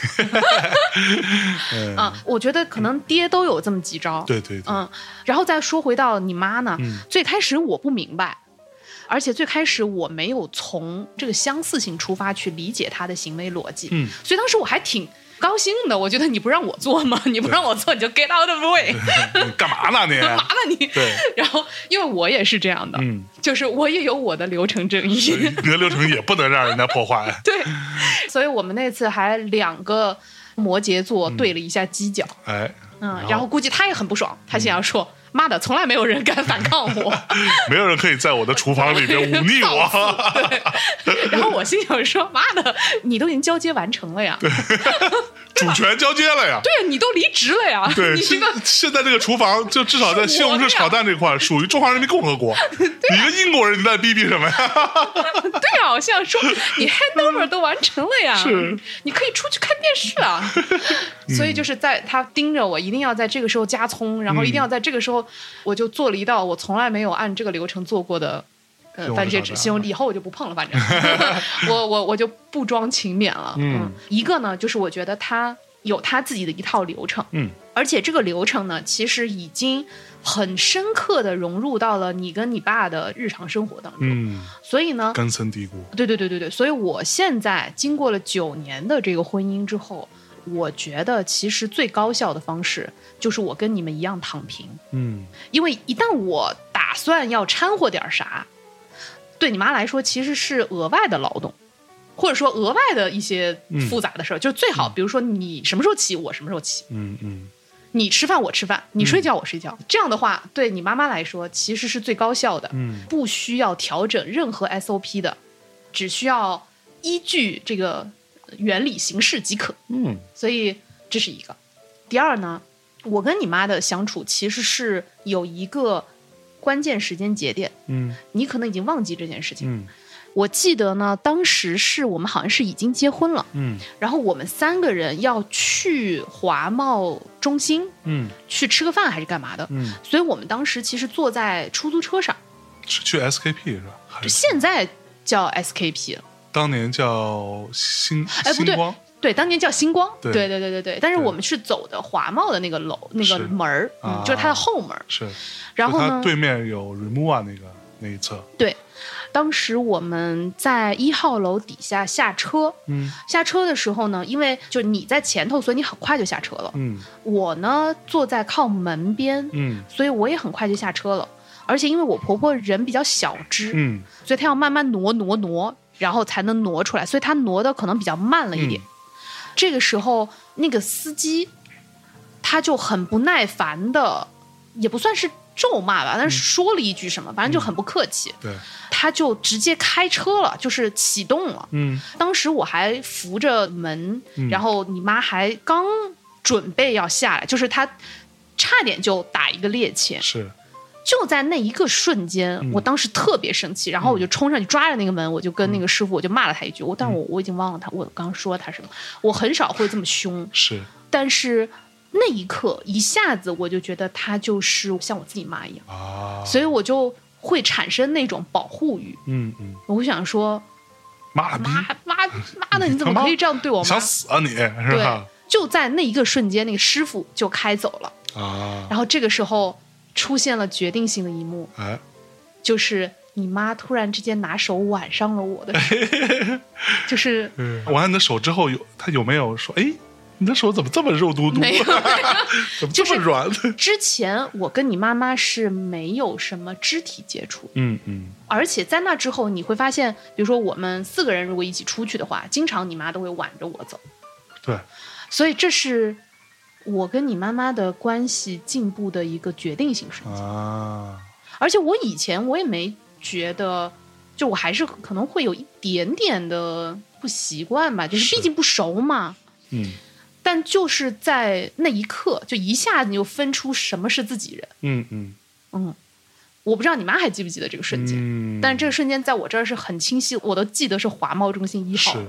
我觉得可能爹都有这么几招。 对。 然后再说回到你妈呢，最开始我不明白，而且最开始我没有从这个相似性出发去理解她的行为逻辑，所以当时我还挺高兴的，我觉得你不让我做吗？你不让我做，你就 get out of the way。 你干嘛呢你？ 干嘛呢你？ 对。 然后，因为我也是这样的，就是我也有我的流程正义， 你的流程也不能让人家破坏。 对，所以我们那次还2个摩羯座对了一下犄角，然后估计他也很不爽，他心想说。妈的，从来没有人敢反抗我， 没有人可以在我的厨房里边忤逆我。 对，然后我心想说：“妈的，你都已经交接完成了呀， 主权交接了呀， 对，你都离职了呀。 对，现在这个厨房就至少在西红柿炒蛋这块属于中华人民共和国。你一个英国人，你在逼什么呀？ 对啊，我心想说，你 handover 都完成了呀， 是， 你可以出去看电视啊。所以就是在他盯着我，一定要在这个时候加葱，然后一定要在这个时候。我就做了一道我从来没有按这个流程做过的番茄汁西红柿，以后我就不碰了，反正我就不装勤勉了。一个呢，就是我觉得他有他自己的一套流程，而且这个流程呢，其实已经很深刻的融入到了你跟你爸的日常生活当中。所以呢， 根深蒂固。 对。所以我现在经过了9年的这个婚姻之后。 我觉得其实最高效的方式就是我跟你们一样躺平。因为一旦我打算要掺和点啥，对你妈来说其实是额外的劳动，或者说额外的一些复杂的事儿，就最好比如说你什么时候起我什么时候起，你吃饭我吃饭，你睡觉我睡觉，这样的话对你妈妈来说其实是最高效的，不需要调整任何 SOP 的，只需要依据这个原理行事即可。所以这是一个。第二呢，我跟你妈的相处其实是有一个关键时间节点，你可能已经忘记这件事情。我记得呢，当时是我们好像是已经结婚了，然后我们3个人要去华贸中心，去吃个饭还是干嘛的，所以我们当时其实坐在出租车上， 是去 SKP 是吧？还是现在叫 SKP 了， 当年叫星光。 对，当年叫星光，对，但是我们是走的华贸的那个楼那个门儿，就是它的后门。是，然后呢， 它对面有 Remova 那一侧。 对，当时我们在1号楼底下下车，下车的时候呢，因为就你在前头，所以你很快就下车了。我呢坐在靠门边，所以我也很快就下车了。而且因为我婆婆人比较小只，所以她要慢慢挪，然后才能挪出来，所以她挪的可能比较慢了一点。这个时候那个司机他就很不耐烦的，也不算是咒骂吧，但是说了一句什么，反正就很不客气。对，他就直接开车了，就是启动了。当时我还扶着门，然后你妈还刚准备要下来，就是他差点就打一个趔趄。是。就在那一个瞬间，我当时特别生气，然后我就冲上去抓着那个门，我就跟那个师傅我就骂了他一句，但我已经忘了我刚说他什么，我很少会这么凶，是，但是那一刻一下子我就觉得他就是像我自己妈一样啊，所以我就会产生那种保护欲，我想说妈的你怎么可以这样对我妈？ 想死啊你是吧？对， 就在那一个瞬间，那个师傅就开走了啊，然后这个时候。出现了决定性的一幕，就是你妈突然之间拿手挽上了我的手，就是挽完你的手之后，他有没有说，哎，你的手怎么这么肉嘟嘟？ 没有， 怎么这么软？ 之前我跟你妈妈是没有什么肢体接触，而且在那之后，你会发现，比如说我们4个人如果一起出去的话，经常你妈都会挽着我走，对，所以这是。我跟你妈妈的关系进步的一个决定性瞬间啊！而且我以前我也没觉得，就我还是可能会有一点点的不习惯吧，就是毕竟不熟嘛。但就是在那一刻，就一下子你就分出什么是自己人。我不知道你妈还记不记得这个瞬间，但是这个瞬间在我这儿是很清晰，我都记得是华贸中心1号。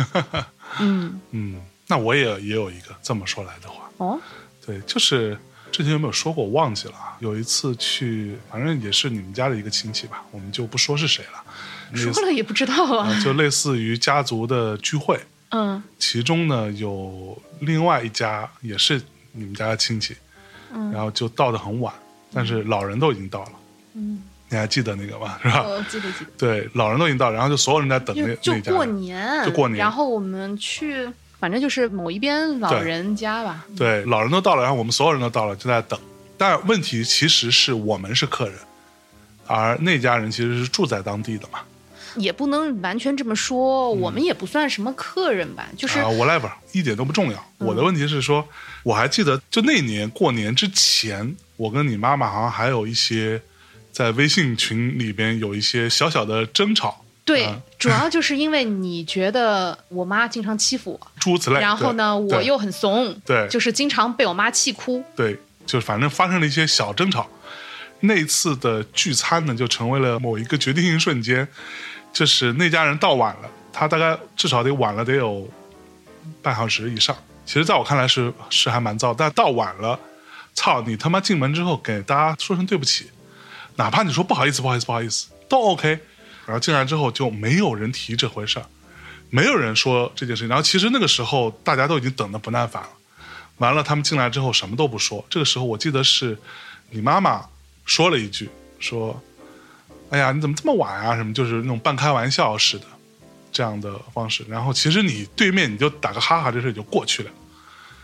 那我也有一个这么说来的话。对，就是之前有没有说过我忘记了啊？有一次去，反正也是你们家的一个亲戚吧，我们就不说是谁了， 说了也不知道啊， 就类似于家族的聚会，其中呢有另外一家也是你们家的亲戚，然后就到得很晚，但是老人都已经到了，你还记得那个吗？是吧？ 记得。 对，老人都已经到，然后就所有人在等那就过年，然后我们去。反正就是某一边老人家吧， 对，老人都到了，然后我们所有人都到了，就在等。但问题其实是我们是客人，而那家人其实是住在当地的嘛。 也不能完全这么说，我们也不算什么客人吧，就是 whatever， 一点都不重要。我的问题是说，我还记得就那年过年之前，我跟你妈妈好像还有一些在微信群里边有一些小小的争吵。 对，主要就是因为你觉得我妈经常欺负我， 诸如此类。 然后呢，我又很怂，对，就是经常被我妈气哭。 对，就是反正发生了一些小争吵。那次的聚餐呢，就成为了某一个决定性瞬间，就是那家人到晚了，他大概至少得晚了得有半小时以上。其实在我看来是还蛮糟，但到晚了，操你他妈进门之后给大家说声对不起，哪怕你说不好意思都 OK。然后进来之后就没有人提这回事儿，没有人说这件事情。然后其实那个时候大家都已经等得不耐烦了，完了他们进来之后什么都不说。这个时候我记得是你妈妈说了一句，说哎呀你怎么这么晚啊什么，就是那种半开玩笑似的。这样的方式，然后其实你对面你就打个哈哈，这事就过去了。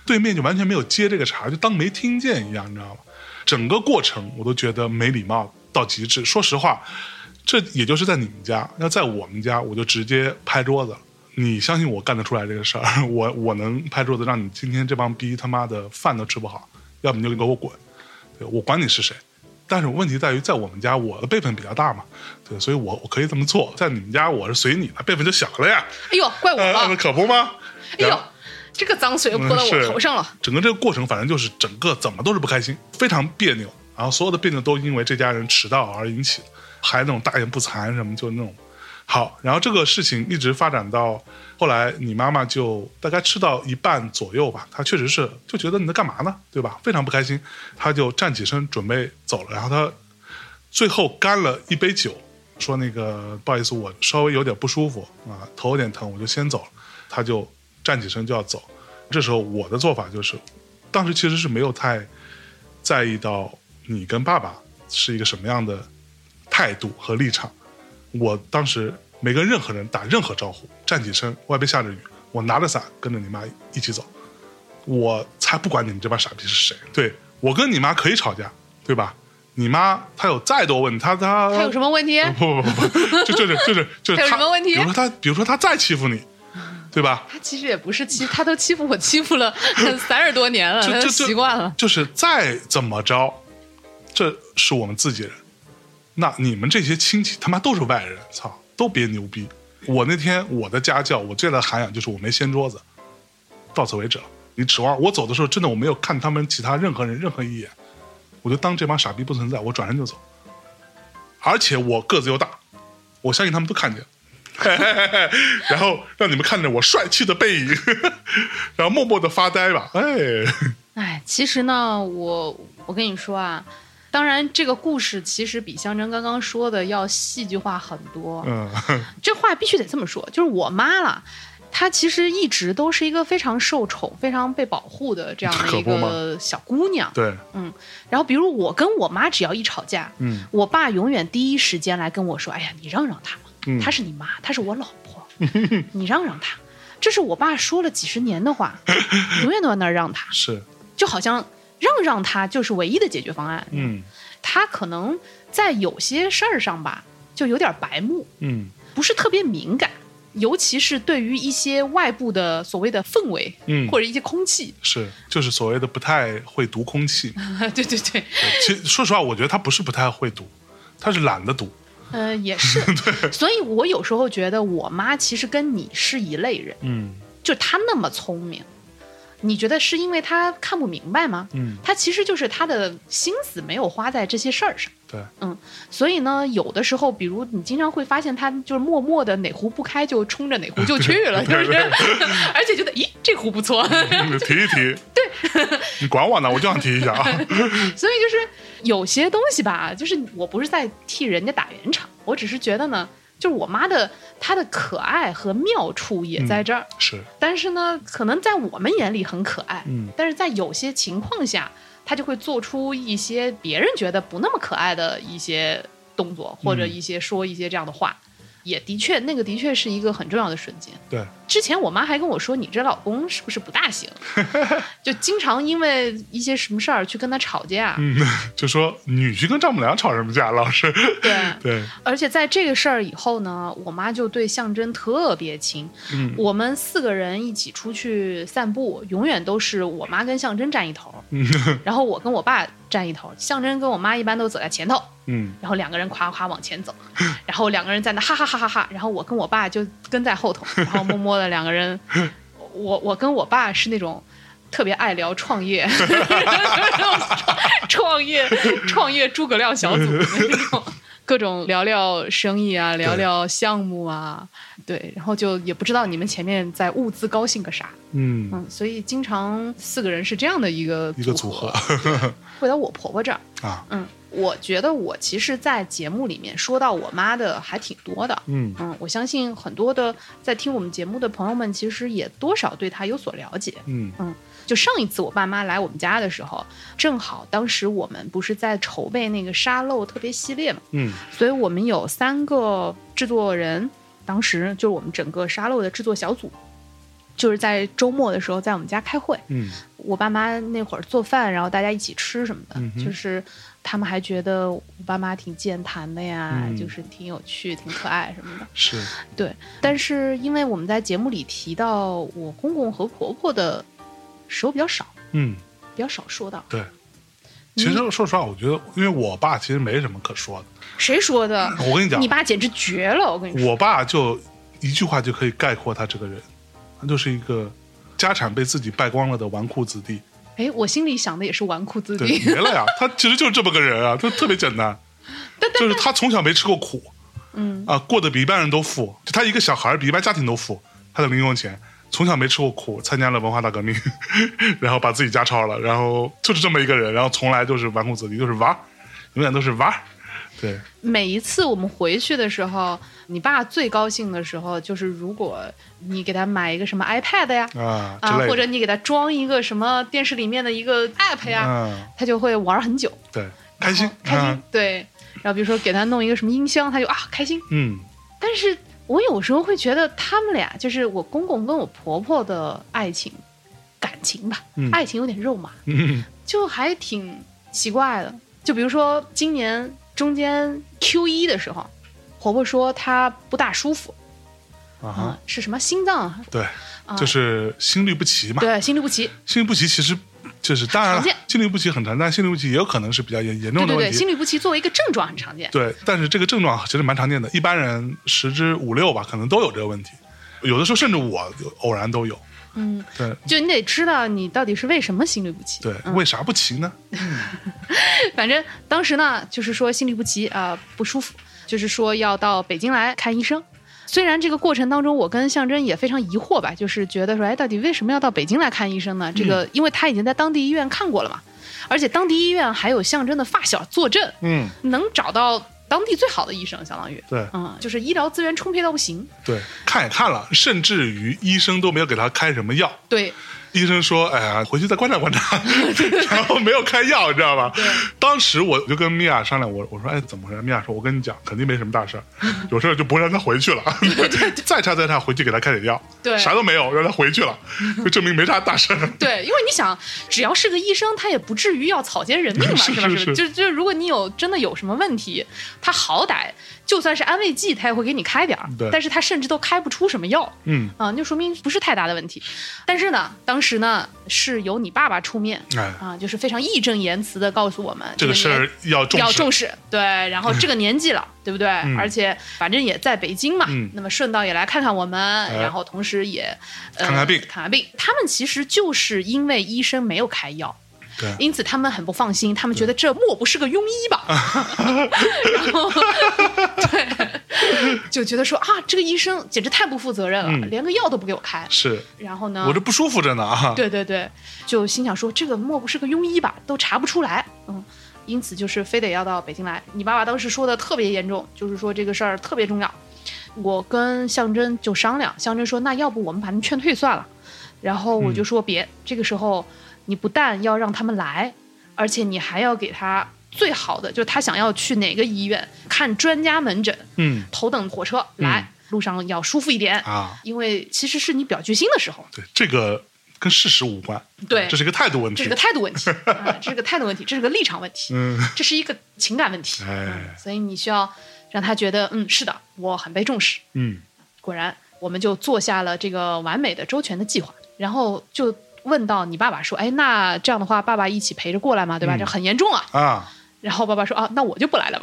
对面就完全没有接这个茬，就当没听见一样，你知道吗？整个过程我都觉得没礼貌到极致。说实话，这也就是在你们家，那在我们家我就直接拍桌子了。你相信我干得出来这个事儿？我能拍桌子让你今天这帮逼他妈的饭都吃不好，要不你就给我滚！对，我管你是谁。但是问题在于，在我们家我的辈分比较大嘛，对，所以我可以这么做。在你们家我是随你的，辈分就小了呀。 哎呦，怪我了， 可不吗？ 哎呦，这个脏水又泼到我头上了。 整个这个过程，反正就是整个怎么都是不开心，非常别扭。然后所有的别扭都因为这家人迟到而引起的，还那种大言不惭什么，就那种。好，然后这个事情一直发展到后来，你妈妈就大概吃到一半左右吧，她确实是就觉得你在干嘛呢，对吧？非常不开心，她就站起身准备走了，然后她最后干了一杯酒，说那个不好意思，我稍微有点不舒服啊，头有点疼，我就先走了。她就站起身就要走，这时候我的做法就是，当时其实是没有太在意到你跟爸爸是一个什么样的态度和立场。我当时没跟任何人打任何招呼，站起身，外边下着雨，我拿着伞跟着你妈一起走，我才不管你们这帮傻逼是谁。对，我跟你妈可以吵架，对吧？你妈她有再多问题，她有什么问题？ 不，就是她有什么问题？ 比如说她再欺负你，对吧？ 她其实也不是她都欺负我，欺负了30多年了，她习惯了。 就是再怎么着，这是我们自己人。那你们这些亲戚他妈都是外人，操，都别牛逼！我那天我的家教，我最大的涵养就是我没掀桌子，到此为止了。你指望我走的时候，真的我没有看他们其他任何人任何一眼，我就当这帮傻逼不存在，我转身就走。而且我个子又大，我相信他们都看见，然后让你们看着我帅气的背影，然后默默的发呆吧。 哎，其实呢，我跟你说啊。当然，这个故事其实比象征刚刚说的要戏剧化很多。这话必须得这么说，就是我妈了，她其实一直都是一个非常受宠、非常被保护的这样的一个小姑娘。 对， 然后比如我跟我妈只要一吵架，我爸永远第一时间来跟我说：“哎呀，你让让她嘛，她是你妈，她是我老婆，你让让她。”这是我爸说了几十年的话，永远都在那儿让她。 是， 就好像。让他就是唯一的解决方案。他可能在有些事儿上吧，就有点白目，不是特别敏感，尤其是对于一些外部的所谓的氛围，或者一些空气， 就是所谓的不太会读空气。 对。其实说实话，我觉得他不是不太会读，他是懒得读。 也是。对，所以我有时候觉得我妈其实跟你是一类人。就她那么聪明。你觉得是因为他看不明白吗？他其实就是他的心思没有花在这些事儿上。 对， 所以呢，有的时候，比如你经常会发现他就是默默的哪壶不开就冲着哪壶就去了，是不是？而且觉得，咦，这壶不错， 提一提。 对， 你管我呢，我就想提一下啊。 所以就是有些东西吧，就是我不是在替人家打圆场，我只是觉得呢。就是我妈她的可爱和妙处也在这儿， 是。 但是呢，可能在我们眼里很可爱，但是在有些情况下，她就会做出一些别人觉得不那么可爱的一些动作，或者说一些这样的话。也的确，那个的确是一个很重要的瞬间。 对， 之前我妈还跟我说，你这老公是不是不大行？就经常因为一些什么事儿去跟他吵架。 就说女婿跟丈母娘吵什么架，老是。对。 而且在这个事儿以后呢，我妈就对象征特别亲。我们4个人一起出去散步，永远都是我妈跟象征站一头，然后我跟我爸站一头，象征跟我妈一般都走在前头。然后2个人夸夸往前走，然后2个人在那哈哈哈哈哈，然后我跟我爸就跟在后头，然后默默的2个人，我跟我爸是那种特别爱聊创业，创业诸葛亮小组那种，各种聊聊生意啊，聊聊项目啊，对，然后就也不知道你们前面在物资高兴个啥，所以经常4个人是这样的一个组合。回到我婆婆这儿啊，我觉得我其实在节目里面说到我妈的还挺多的，我相信很多的在听我们节目的朋友们其实也多少对她有所了解，就上一次我爸妈来我们家的时候，正好当时我们不是在筹备那个沙漏特别系列嘛，所以我们有3个制作人，当时就是我们整个沙漏的制作小组， 就是在周末的时候在我们家开会，我爸妈那会儿做饭，然后大家一起吃什么的，就是他们还觉得我爸妈挺健谈的呀，就是挺有趣挺可爱什么的。 是， 对。但是因为我们在节目里提到我公公和婆婆的时候比较少，比较少说到。 对，其实说实话，我觉得因为我爸其实没什么可说的。 谁说的？ 我跟你讲， 你爸简直绝了！我跟你说， 我爸就一句话就可以概括他这个人，他就是一个家产被自己败光了的纨绔子弟。 哎，我心里想的也是纨绔子弟， 没了呀。他其实就是这么个人啊，他特别简单，就是他从小没吃过苦，过得比一般人都富。就他一个小孩比一般家庭都富，他的零用钱从小没吃过苦，参加了文化大革命，然后把自己家抄了，然后就是这么一个人，然后从来就是纨绔子弟，就是玩，永远都是玩。对， 每一次我们回去的时候，你爸最高兴的时候，就是如果你给他买一个什么 iPad 呀，或者你给他装一个什么电视里面的一个 app 呀，他就会玩很久。 对，开心， 对。然后比如说给他弄一个什么音箱，他就开心。但是我有时候会觉得他们俩，就是我公公跟我婆婆的感情吧，爱情有点肉麻，就还挺奇怪的。就比如说今年中间 Q1 的时候，婆婆说她不大舒服，是什么心脏？ 对，就是心律不齐嘛。 对，心律不齐。 心律不齐其实就是当然了，心律不齐很常见，但心律不齐也有可能是比较严重的问题。 对，心律不齐作为一个症状很常见。 对，但是这个症状其实蛮常见的，一般人10之5、6吧，可能都有这个问题。有的时候甚至我偶然都有。对， 就你得知道你到底是为什么心律不齐。 对，为啥不齐呢？ 反正当时呢，就是说心律不齐不舒服，就是说要到北京来看医生。虽然这个过程当中，我跟象征也非常疑惑吧，就是觉得说，到底为什么要到北京来看医生呢？这个，因为他已经在当地医院看过了嘛，而且当地医院还有象征的发小坐镇，能找到当地最好的医生，相当于对， 就是医疗资源充沛到不行。 对，看也看了，甚至于医生都没有给他开什么药。 对。 医生说：“哎呀，回去再观察观察。”然后没有开药，你知道吧？当时我就跟米娅商量，我说：“哎，怎么回事？”米娅说：“我跟你讲，肯定没什么大事，有事就不会让他回去了。再差，回去给他开点药。对，啥都没有，让他回去了，就证明没啥大事。 对，因为你想，只要是个医生，他也不至于要草菅人命嘛，是吧？就如果你真的有什么问题，他好歹就算是安慰剂，他也会给你开点儿。但是他甚至都开不出什么药。那就说明不是太大的问题。但是呢，当时呢是由你爸爸出面，就是非常义正言辞的告诉我们这个事儿要重视。 对，然后这个年纪了，对不对？而且反正也在北京嘛，那么顺道也来看看我们，然后同时也看看病。 他们其实就是因为医生没有开药。因此他们很不放心，他们觉得这莫不是个庸医吧？然后对，就觉得说这个医生简直太不负责任了，连个药都不给我开。 是， 然后呢， 我这不舒服着呢啊！ 对，就心想说这个莫不是个庸医吧？都查不出来，因此就是非得要到北京来。你爸爸当时说的特别严重，就是说这个事儿特别重要。我跟象征就商量，象征说那要不我们把他们劝退算了。然后我就说别，这个时候。你不但要让他们来，而且你还要给他最好的，就是他想要去哪个医院看专家门诊，头等火车来，路上要舒服一点因为其实是你表决心的时候。 对，这个跟事实无关， 对， 这是一个态度问题， 这是个态度问题这是个态度问题，这是个立场问题，这是一个情感问题，所以你需要让他觉得是的，我很被重视。果然我们就做下了这个完美的周全的计划，然后就问到你爸爸说，哎，那这样的话爸爸一起陪着过来嘛，对吧？这很严重啊。然后爸爸说那我就不来了吧。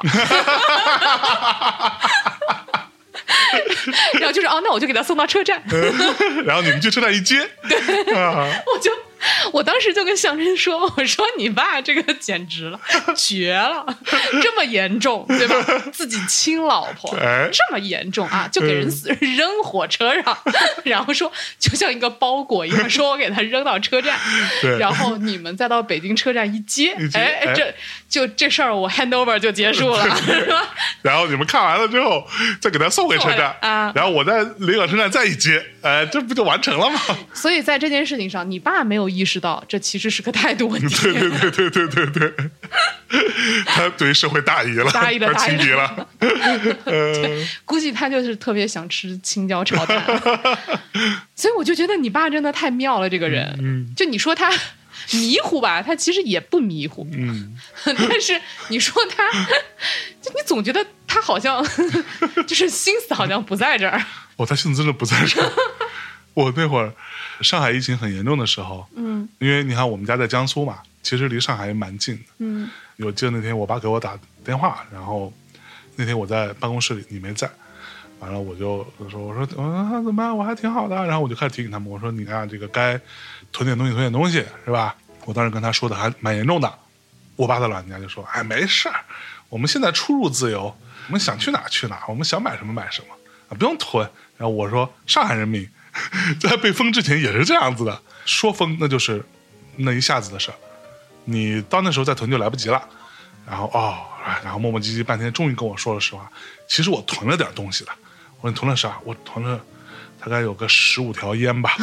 然后就是那我就给他送到车站。 然后你们去车站一接。 对，我当时就跟象征说，我说你爸这个简直了，绝了，这么严重，对吧？自己亲老婆，这么严重就给人扔火车上，然后说就像一个包裹一样，说我给他扔到车站，然后你们再到北京车站一接，这事儿我 hand over 就结束了，是吧？ 然后你们看完了之后，再给他送回车站然后我在临港车站再一接，这不就完成了吗？ 所以在这件事情上，你爸没有意识到这其实是个态度问题。 对，他对于社会大意了， 大意了， 轻敌了。 估计他就是特别想吃青椒炒蛋，所以我就觉得你爸真的太妙了，这个人。就你说他迷糊吧，他其实也不迷糊。但是你说他，就你总觉得他好像就是心思好像不在这儿。 他心思真的不在这儿。我那会儿上海疫情很严重的时候，因为你看我们家在江苏嘛，其实离上海蛮近的。我记得那天我爸给我打电话，然后那天我在办公室里，你没在，完了我就说，我说怎么办？我还挺好的。然后我就开始提醒他们，我说你看这个该囤点东西是吧？我当时跟他说的还蛮严重的。我爸他老人家就说，哎，没事儿，我们现在出入自由，我们想去哪去哪，我们想买什么买什么啊，不用囤。然后我说上海人民在被封之前也是这样子的，说封那就是那一下子的事儿，你到那时候再囤就来不及了。然后磨磨唧唧半天，终于跟我说了实话，其实我囤了点东西的。我说你囤了啥？我囤了大概有个15条烟吧。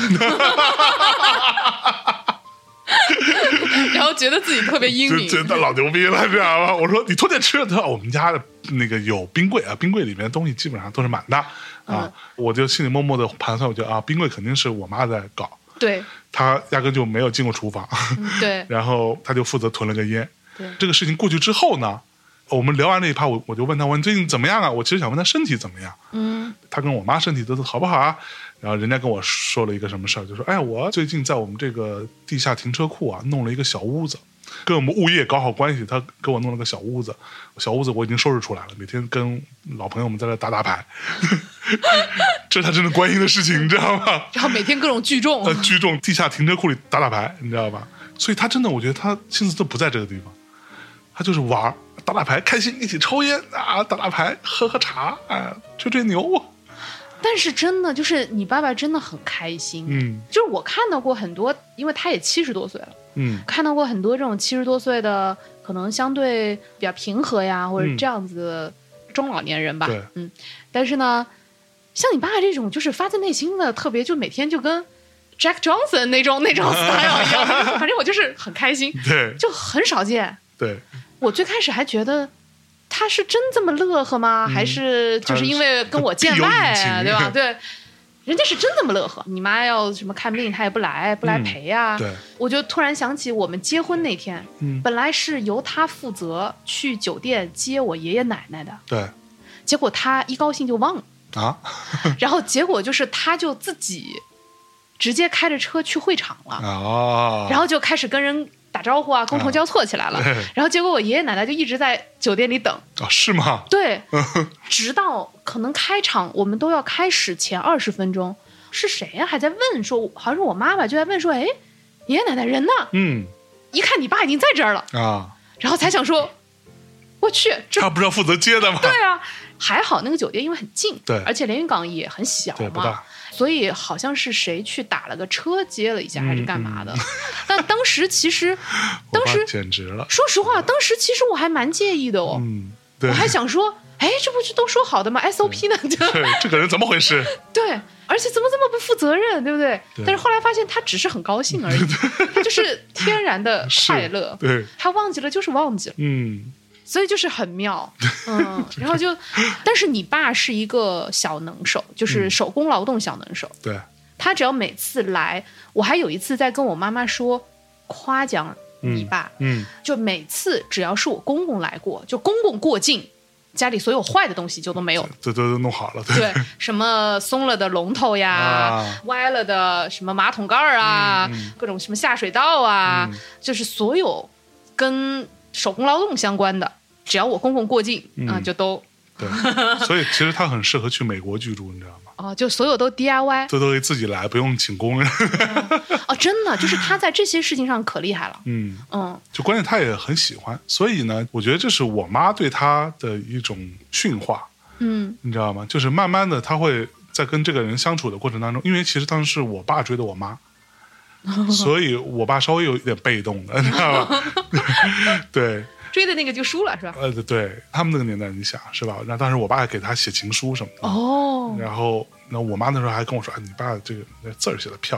然后觉得自己特别英明， 真的老牛逼了，知道吗？我说你囤点吃的。他说我们家的那个有冰柜啊，冰柜里面的东西基本上都是满的啊。我就心里默默的盘算，我觉得冰柜肯定是我妈在搞， 对， 她压根就没有进过厨房， 对， 然后她就负责囤了个烟。对，这个事情过去之后呢，我们聊完那一趴，我就问他，我说你最近怎么样啊？我其实想问他身体怎么样。他跟我妈身体都好不好啊？然后人家跟我说了一个什么事儿，就说哎，我最近在我们这个地下停车库啊弄了一个小屋子，跟我们物业搞好关系，他给我弄了个小屋子，我已经收拾出来了，每天跟老朋友们在这打牌。这是他真的关心的事情，你知道吗？ 然后每天各种聚众地下停车库里打牌，你知道吧？所以他真的，我觉得他心思都不在这个地方，他就是玩打牌，开心，一起抽烟啊，打牌，喝茶啊，吹牛。 但是真的就是你爸爸真的很开心，就是我看到过很多，因为他也70多岁了，看到过很多这种70多岁的，可能相对比较平和呀，或者这样子的中老年人吧，但是呢，像你爸这种就是发自内心的，特别就每天就跟 Jack Johnson 那种 style 一样，反正我就是很开心， 对， 就很少见。 对， 我最开始还觉得他是真这么乐呵吗？还是就是因为跟我见外啊，对吧？对，人家是真这么乐呵。你妈要什么看病，他也不来陪啊。 对， 我就突然想起我们结婚那天，本来是由他负责去酒店接我爷爷奶奶的， 对， 结果他一高兴就忘了啊， 然后结果就是他就自己直接开着车去会场了，然后就开始跟人打招呼啊，觥筹交错起来了。然后结果我爷爷奶奶就一直在酒店里等。 是吗？ 对，直到可能开场我们都要开始前20分钟，是谁呀？还在问说，好像是我妈妈就在问说，哎，爷爷奶奶人呢？一看你爸已经在这儿了啊，然后才想说，我去， 他不是要负责接的吗？ 对啊，还好那个酒店因为很近， 对， 而且连云港也很小嘛，不大。所以好像是谁去打了个车接了一下，还是干嘛的？但当时简直了。 说实话，当时其实我还蛮介意的哦。 对， 我还想说，哎，这不是都说好的吗 ？SOP 呢？ 对，这个人怎么回事？ 对，而且怎么这么不负责任，对不对？但是后来发现他只是很高兴而已，他就是天然的快乐。 对， 他忘记了就是忘记了。所以就是很妙，然后就，但是你爸是一个小能手，就是手工劳动小能手。 对， 他只要每次来，我还有一次在跟我妈妈说夸奖你爸，就每次只要是我公公来过，就公公过境，家里所有坏的东西就都没有， 这都弄好了。 对，什么松了的龙头呀，歪了的什么马桶盖啊，各种什么下水道啊，就是所有跟手工劳动相关的。只要我公公过境就都对，所以其实他很适合去美国居住，你知道吗？ 就所有都 DIY， 都得自己来，不用请工人。 真的就是他在这些事情上可厉害了。 就关键他也很喜欢，所以呢，我觉得这是我妈对他的一种驯化。你知道吗？就是慢慢的，他会在跟这个人相处的过程当中，因为其实当时是我爸追的我妈。所以我爸稍微有一点被动的，你知道吧？对， 追的那个就输了是吧？ 对他们那个年代，你想是吧？那当时我爸还给他写情书什么的然后那我妈那时候还跟我说：“你爸这个字儿写的漂亮。”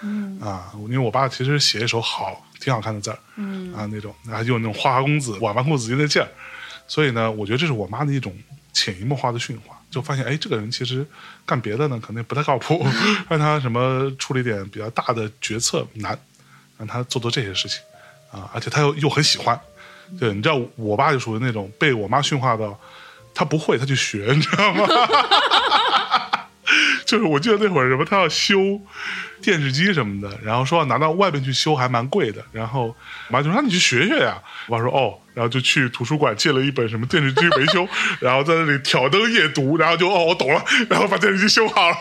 因为我爸其实写一手挺好看的字儿，那种有那种花花公子、晚饭公子音的劲儿，所以呢，我觉得这是我妈的一种潜移默化的驯化，就发现这个人其实干别的呢可能不太靠谱，让他什么处理点比较大的决策难，让他做这些事情而且他又很喜欢。对，你知道我爸就属于那种被我妈驯化到，他不会他就学，你知道吗？就是我记得那会儿什么，他要修电视机什么的，然后说要拿到外面去修，还蛮贵的。然后我妈就说：“你去学学呀。”我爸说：“哦。”然后就去图书馆借了一本什么电视机维修，然后在那里挑灯夜读，然后就我懂了，然后把电视机修好了。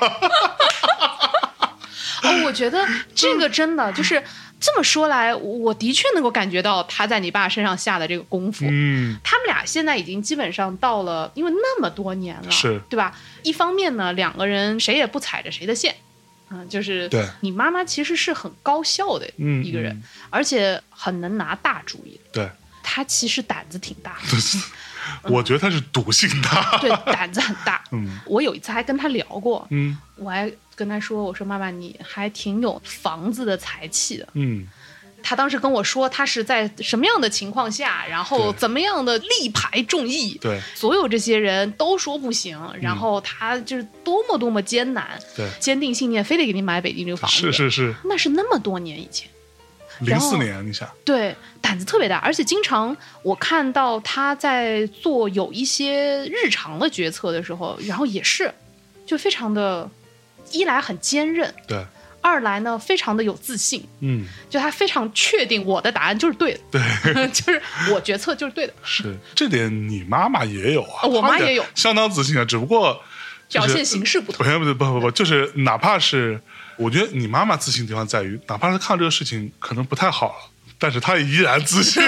我觉得这个真的就是这么说来，我的确能够感觉到他在你爸身上下的这个功夫。他们俩现在已经基本上到了，因为那么多年了， 是对吧？一方面呢，两个人谁也不踩着谁的线，就是你妈妈其实是很高效的一个人，而且很能拿大主意。 对， 她其实胆子挺大的。 我觉得她是赌性大， 对，胆子很大。我有一次还跟她聊过，我还跟她说，我说妈妈，你还挺有房子的财气的。她当时跟我说，她是在什么样的情况下，然后怎么样的力排众议， 对， 所有这些人都说不行，然后她就是多么艰难， 对， 坚定信念，非得给你买北京这个房子。 是， 那是那么多年以前。 04年，你想， 对，胆子特别大，而且经常我看到他在做有一些日常的决策的时候，然后也是就非常的，一来很坚韧， 对， 二来呢非常的有自信，就他非常确定我的答案就是对的， 对， 就是我决策就是对的。 是这点你妈妈也有啊， 我妈也有， 相当自信啊，只不过表现形式不同。 不，就是哪怕是。我觉得你妈妈自信的地方在于，哪怕她看这个事情可能不太好了，但是她依然自信，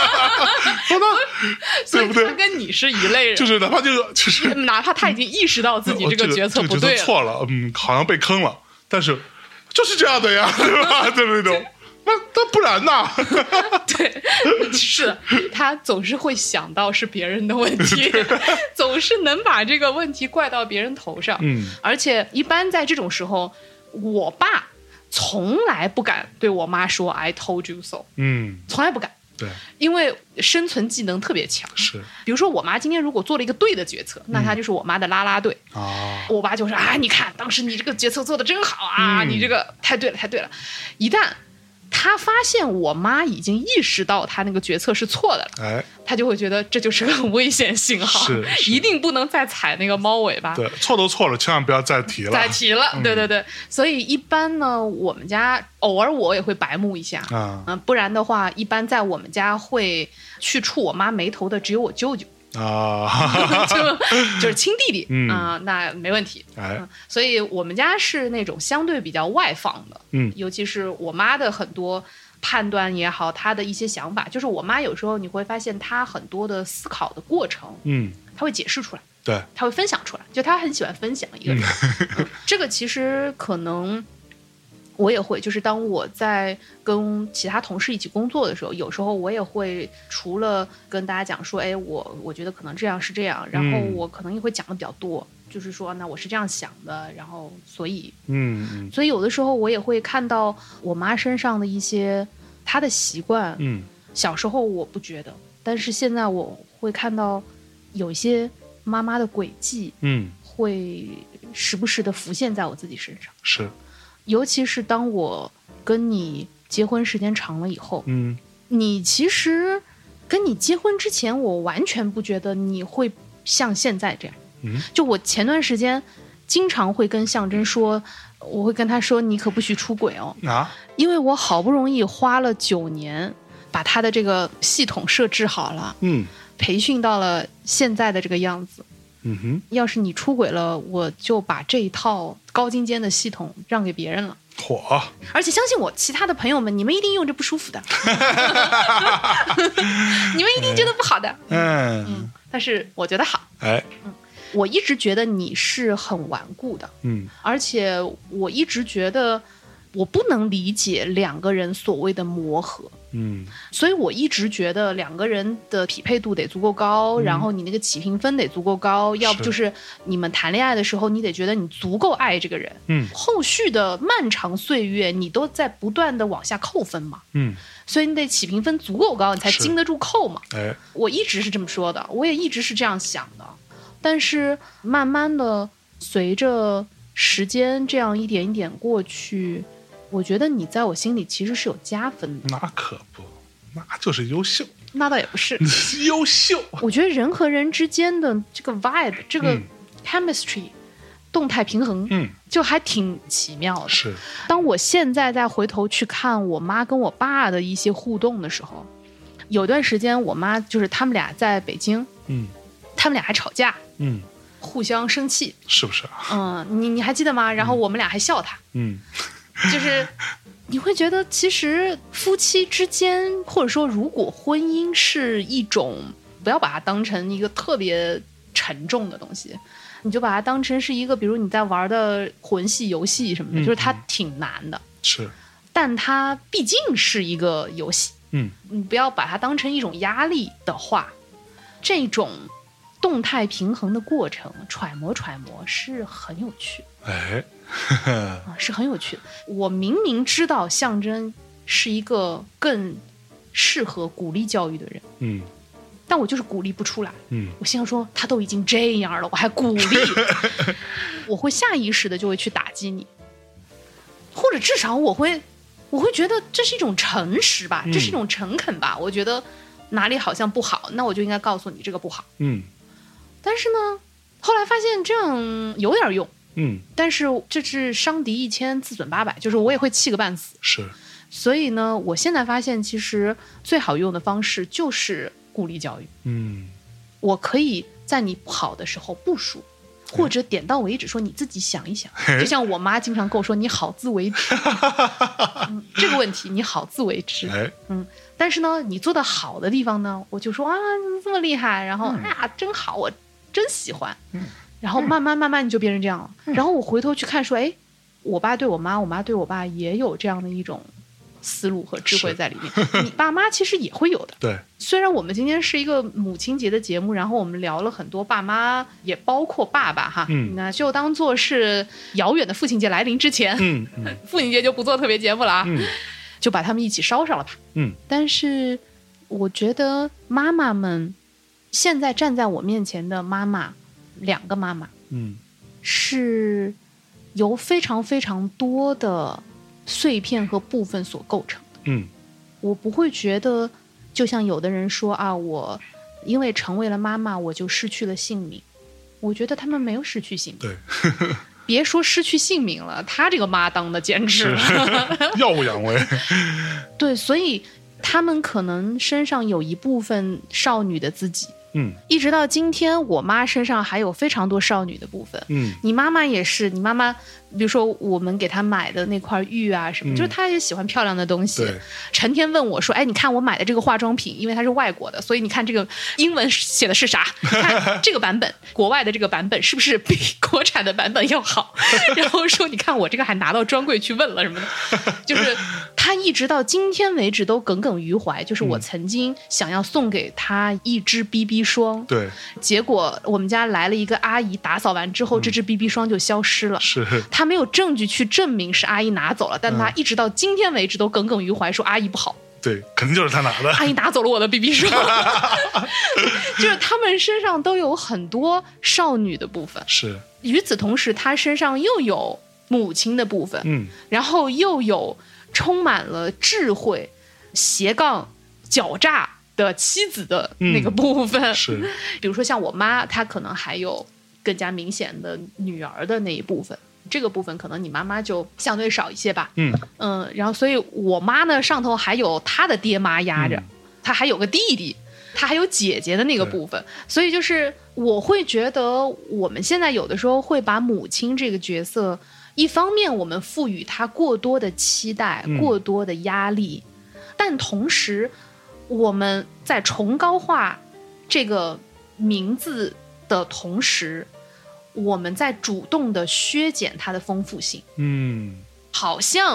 所以她跟你是一类人， 就是哪怕就是哪怕她已经意识到自己这个决策不对了， 错了，好像被坑了，但是就是这样的呀，对吧？就那种。那不然呢？ 对，是他总是会想到是别人的问题，总是能把这个问题怪到别人头上。而且一般在这种时候，我爸从来不敢对我妈说 "I told you so"，从来不敢。 对， 因为生存技能特别强。 是， 比如说我妈今天如果做了一个对的决策，那她就是我妈的啦啦队。我爸就说你看当时你这个决策做得真好啊，你这个太对了。一旦他发现我妈已经意识到他那个决策是错的了，他就会觉得这就是个很危险信号，一定不能再踩那个猫尾巴。 对，错都错了，千万不要再提了。 对，所以一般呢，我们家偶尔我也会白目一下不然的话，一般在我们家会去触我妈眉头的只有我舅舅。就是亲弟弟那没问题。所以我们家是那种相对比较外放的，尤其是我妈的很多判断也好，她的一些想法，就是我妈有时候你会发现她很多的思考的过程，她会解释出来， 对， 她会分享出来，就她很喜欢分享一个人。这个其实可能我也会，就是当我在跟其他同事一起工作的时候，有时候我也会除了跟大家讲说，我觉得可能这样是这样，然后我可能也会讲的比较多，就是说那我是这样想的，然后所以有的时候我也会看到我妈身上的一些她的习惯，小时候我不觉得，但是现在我会看到有一些妈妈的轨迹，会时不时的浮现在我自己身上。 是。 尤其是当我跟你结婚时间长了以后，你其实跟你结婚之前，我完全不觉得你会像现在这样。就我前段时间经常会跟象征说，我会跟他说，你可不许出轨哦，因为我好不容易花了9年把他的这个系统设置好了，培训到了现在的这个样子。要是你出轨了，我就把这一套高精尖的系统让给别人了。而且相信我，其他的朋友们，你们一定用着不舒服的，你们一定觉得不好的。但是我觉得好。我一直觉得你是很顽固的，而且我一直觉得我不能理解两个人所谓的磨合。所以我一直觉得两个人的匹配度得足够高，然后你那个起评分得足够高，要不就是你们谈恋爱的时候你得觉得你足够爱这个人，后续的漫长岁月你都在不断的往下扣分嘛，所以你得起评分足够高，你才经得住扣嘛。我一直是这么说的，我也一直是这样想的，但是慢慢的随着时间这样一点一点过去，我觉得你在我心里其实是有加分的。 那可不，那就是优秀。 那倒也不是优秀。 我觉得人和人之间的这个 vibe， 这个 chemistry，动态平衡，就还挺奇妙的。 是。 当我现在再回头去看我妈跟我爸的一些互动的时候，有段时间我妈就是他们俩在北京，他们俩还吵架，互相生气， 是不是啊？ 你还记得吗？然后我们俩还笑他，就是你会觉得其实夫妻之间，或者说如果婚姻是一种，不要把它当成一个特别沉重的东西，你就把它当成是一个比如你在玩的魂系游戏什么的，就是它挺难的， 是， 但它毕竟是一个游戏，你不要把它当成一种压力的话，这种动态平衡的过程揣摩是很有趣的。是很有趣的。我明明知道象征是一个更适合鼓励教育的人，但我就是鼓励不出来。我心想说他都已经这样了，我还鼓励，我会下意识的就会去打击你，或者至少我会觉得这是一种诚实吧，这是一种诚恳吧。我觉得哪里好像不好，那我就应该告诉你这个不好。但是呢，后来发现这样有点用。但是这是伤敌1000自损800，就是我也会气个半死。 是， 所以呢，我现在发现其实最好用的方式就是鼓励教育。我可以在你不好的时候部署，或者点到为止，说你自己想一想。就像我妈经常跟我说：“你好自为之。这个问题你好自为之。但是呢，你做的好的地方呢，我就说啊，你怎么这么厉害？然后真好，我真喜欢。然后慢慢你就变成这样了。然后我回头去看说，哎，我爸对我妈，我妈对我爸也有这样的一种思路和智慧在里面。你爸妈其实也会有的。 对。虽然我们今天是一个母亲节的节目，然后我们聊了很多爸妈，也包括爸爸哈。那就当做是遥远的父亲节来临之前，父亲节就不做特别节目了啊。就把他们一起烧上了吧。但是我觉得妈妈们现在站在我面前的妈妈。2个妈妈，是由非常非常多的碎片和部分所构成的。我不会觉得，就像有的人说啊，我因为成为了妈妈，我就失去了性命。我觉得他们没有失去性命。 对， 别说失去性命了，他这个妈当的简直了， 耀武扬威。 对，所以他们可能身上有一部分少女的自己。一直到今天，我妈身上还有非常多少女的部分。你妈妈也是，你妈妈比如说我们给她买的那块玉啊什么，就是她也喜欢漂亮的东西。成天问我说，哎，你看我买的这个化妆品，因为它是外国的，所以你看这个英文写的是啥？你看这个版本，国外的这个版本是不是比国产的版本要好？然后说你看我这个还拿到专柜去问了什么的，就是她一直到今天为止都耿耿于怀，就是我曾经想要送给她一支 BB 霜， 对， 结果我们家来了一个阿姨，打扫完之后，这支 BB 霜就消失了。 是， 她没有证据去证明是阿姨拿走了，但她一直到今天为止都耿耿于怀，说阿姨不好。 对，肯定就是她拿的。 阿姨拿走了我的 BB 霜。就是他们身上都有很多少女的部分。 是。 与此同时，她身上又有母亲的部分，然后又有充满了智慧、斜杠、狡诈的妻子的那个部分。 是， 比如说像我妈，她可能还有更加明显的女儿的那一部分。这个部分可能你妈妈就相对少一些吧。然后所以我妈呢上头还有她的爹妈压着，她还有个弟弟，她还有姐姐的那个部分。所以就是我会觉得我们现在有的时候会把母亲这个角色，一方面我们赋予她过多的期待，过多的压力，但同时我们在崇高化这个名字的同时，我们在主动的削减它的丰富性。好像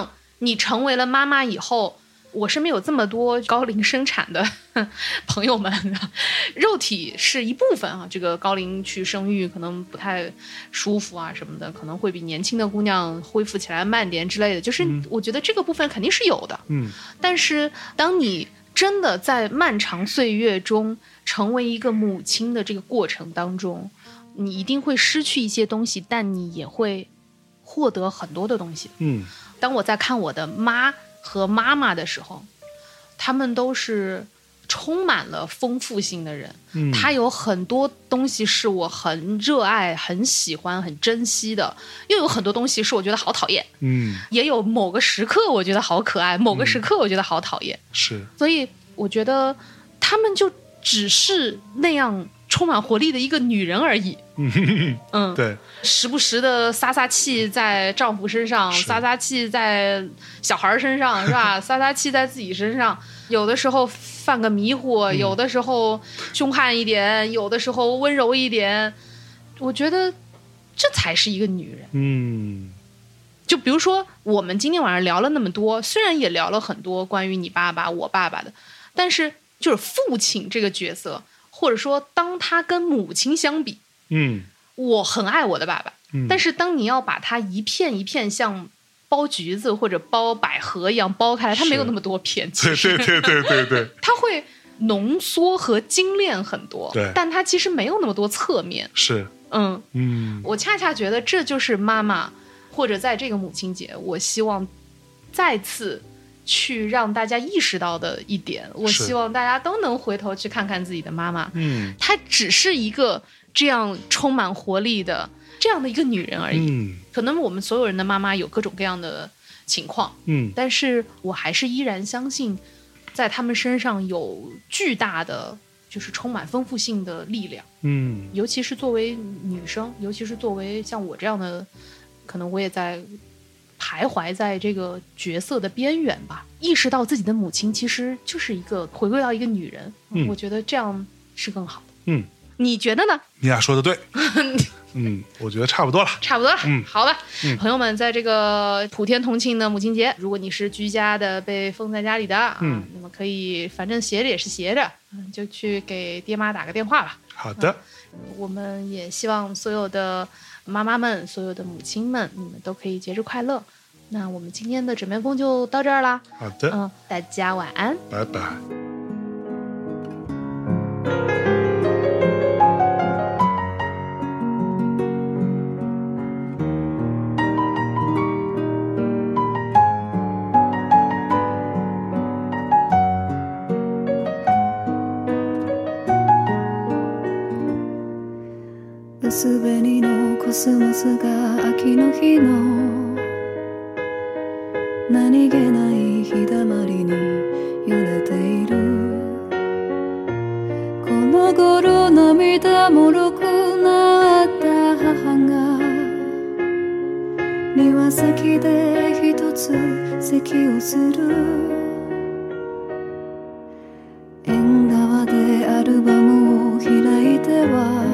你成为了妈妈以后，我身边有这么多高龄生产的朋友们，肉体是一部分啊，这个高龄去生育可能不太舒服啊什么的，可能会比年轻的姑娘恢复起来慢点之类的，就是我觉得这个部分肯定是有的。但是当你真的在漫长岁月中成为一个母亲的这个过程当中，你一定会失去一些东西，但你也会获得很多的东西。当我在看我的妈和妈妈的时候，他们都是充满了丰富性的人，他有很多东西是我很热爱、很喜欢、很珍惜的，又有很多东西是我觉得好讨厌，也有某个时刻我觉得好可爱，某个时刻我觉得好讨厌， 是， 所以我觉得他们就只是那样充满活力的一个女人而已。 对， 时不时的撒撒气在丈夫身上，撒撒气在小孩身上，是吧？撒撒气在自己身上，有的时候犯个迷糊，有的时候凶悍一点，有的时候温柔一点。我觉得这才是一个女人。就比如说我们今天晚上聊了那么多，虽然也聊了很多关于你爸爸我爸爸的，但是就是父亲这个角色，或者说当他跟母亲相比，我很爱我的爸爸，但是当你要把它一片一片像剥橘子或者剥百合一样剥开来，它没有那么多片，其实对， 它会浓缩和精炼很多， 对， 但它其实没有那么多侧面。 是， 我恰恰觉得这就是妈妈，或者在这个母亲节，我希望再次去让大家意识到的一点，我希望大家都能回头去看看自己的妈妈，她只是一个这样充满活力的这样的一个女人而已。可能我们所有人的妈妈有各种各样的情况，但是我还是依然相信在她们身上有巨大的就是充满丰富性的力量。尤其是作为女生，尤其是作为像我这样的，可能我也在徘徊在这个角色的边缘吧，意识到自己的母亲其实就是一个回归到一个女人，我觉得这样是更好的。你觉得呢？ 你俩说的对。我觉得差不多了。 好吧。朋友们，在这个普天同庆的母亲节，如果你是居家的被封在家里的，那么可以反正闲着也是闲着，就去给爹妈打个电话吧。 好的。 我们也希望所有的妈妈们，所有的母亲们，你们都可以节日快乐。那我们今天的枕边风就到这儿啦。 好的。 大家晚安， 拜拜。 薄紅のコスモスが秋の日の何気ない日だまりに揺れている。この頃涙もろくなった母が庭先で一つ咳をする。縁側でアルバムを開いては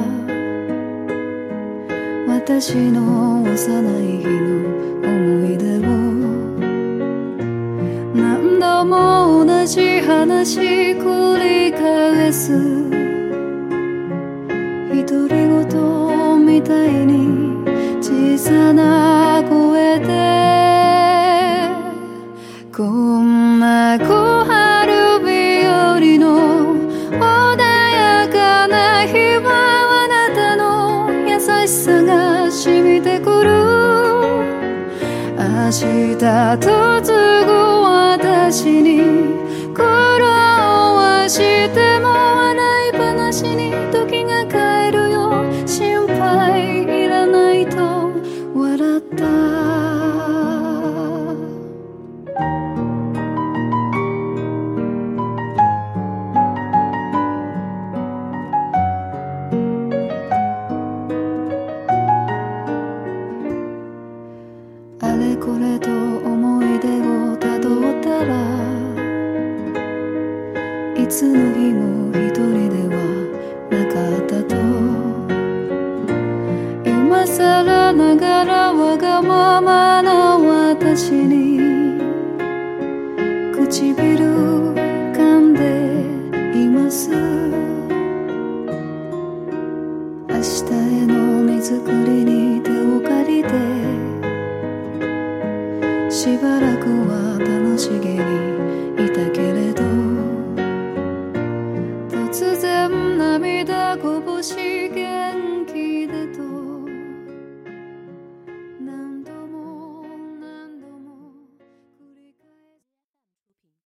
私の幼い日の思い出を何度も同じ話繰り返す。独り言みたいに小さな声でこんな小春日和の穏やかな日はあなたの優しさが染みてくる。明日嫁ぐ私に苦労はしても笑い話に時が帰るよ。心配いらないと笑った。あれこれと思い出をたどったらいつの日も一人ではなかったと。今更ながらわがままな私に唇噛んでいます。明日への荷造りに手を借りて、しばらくは楽しげに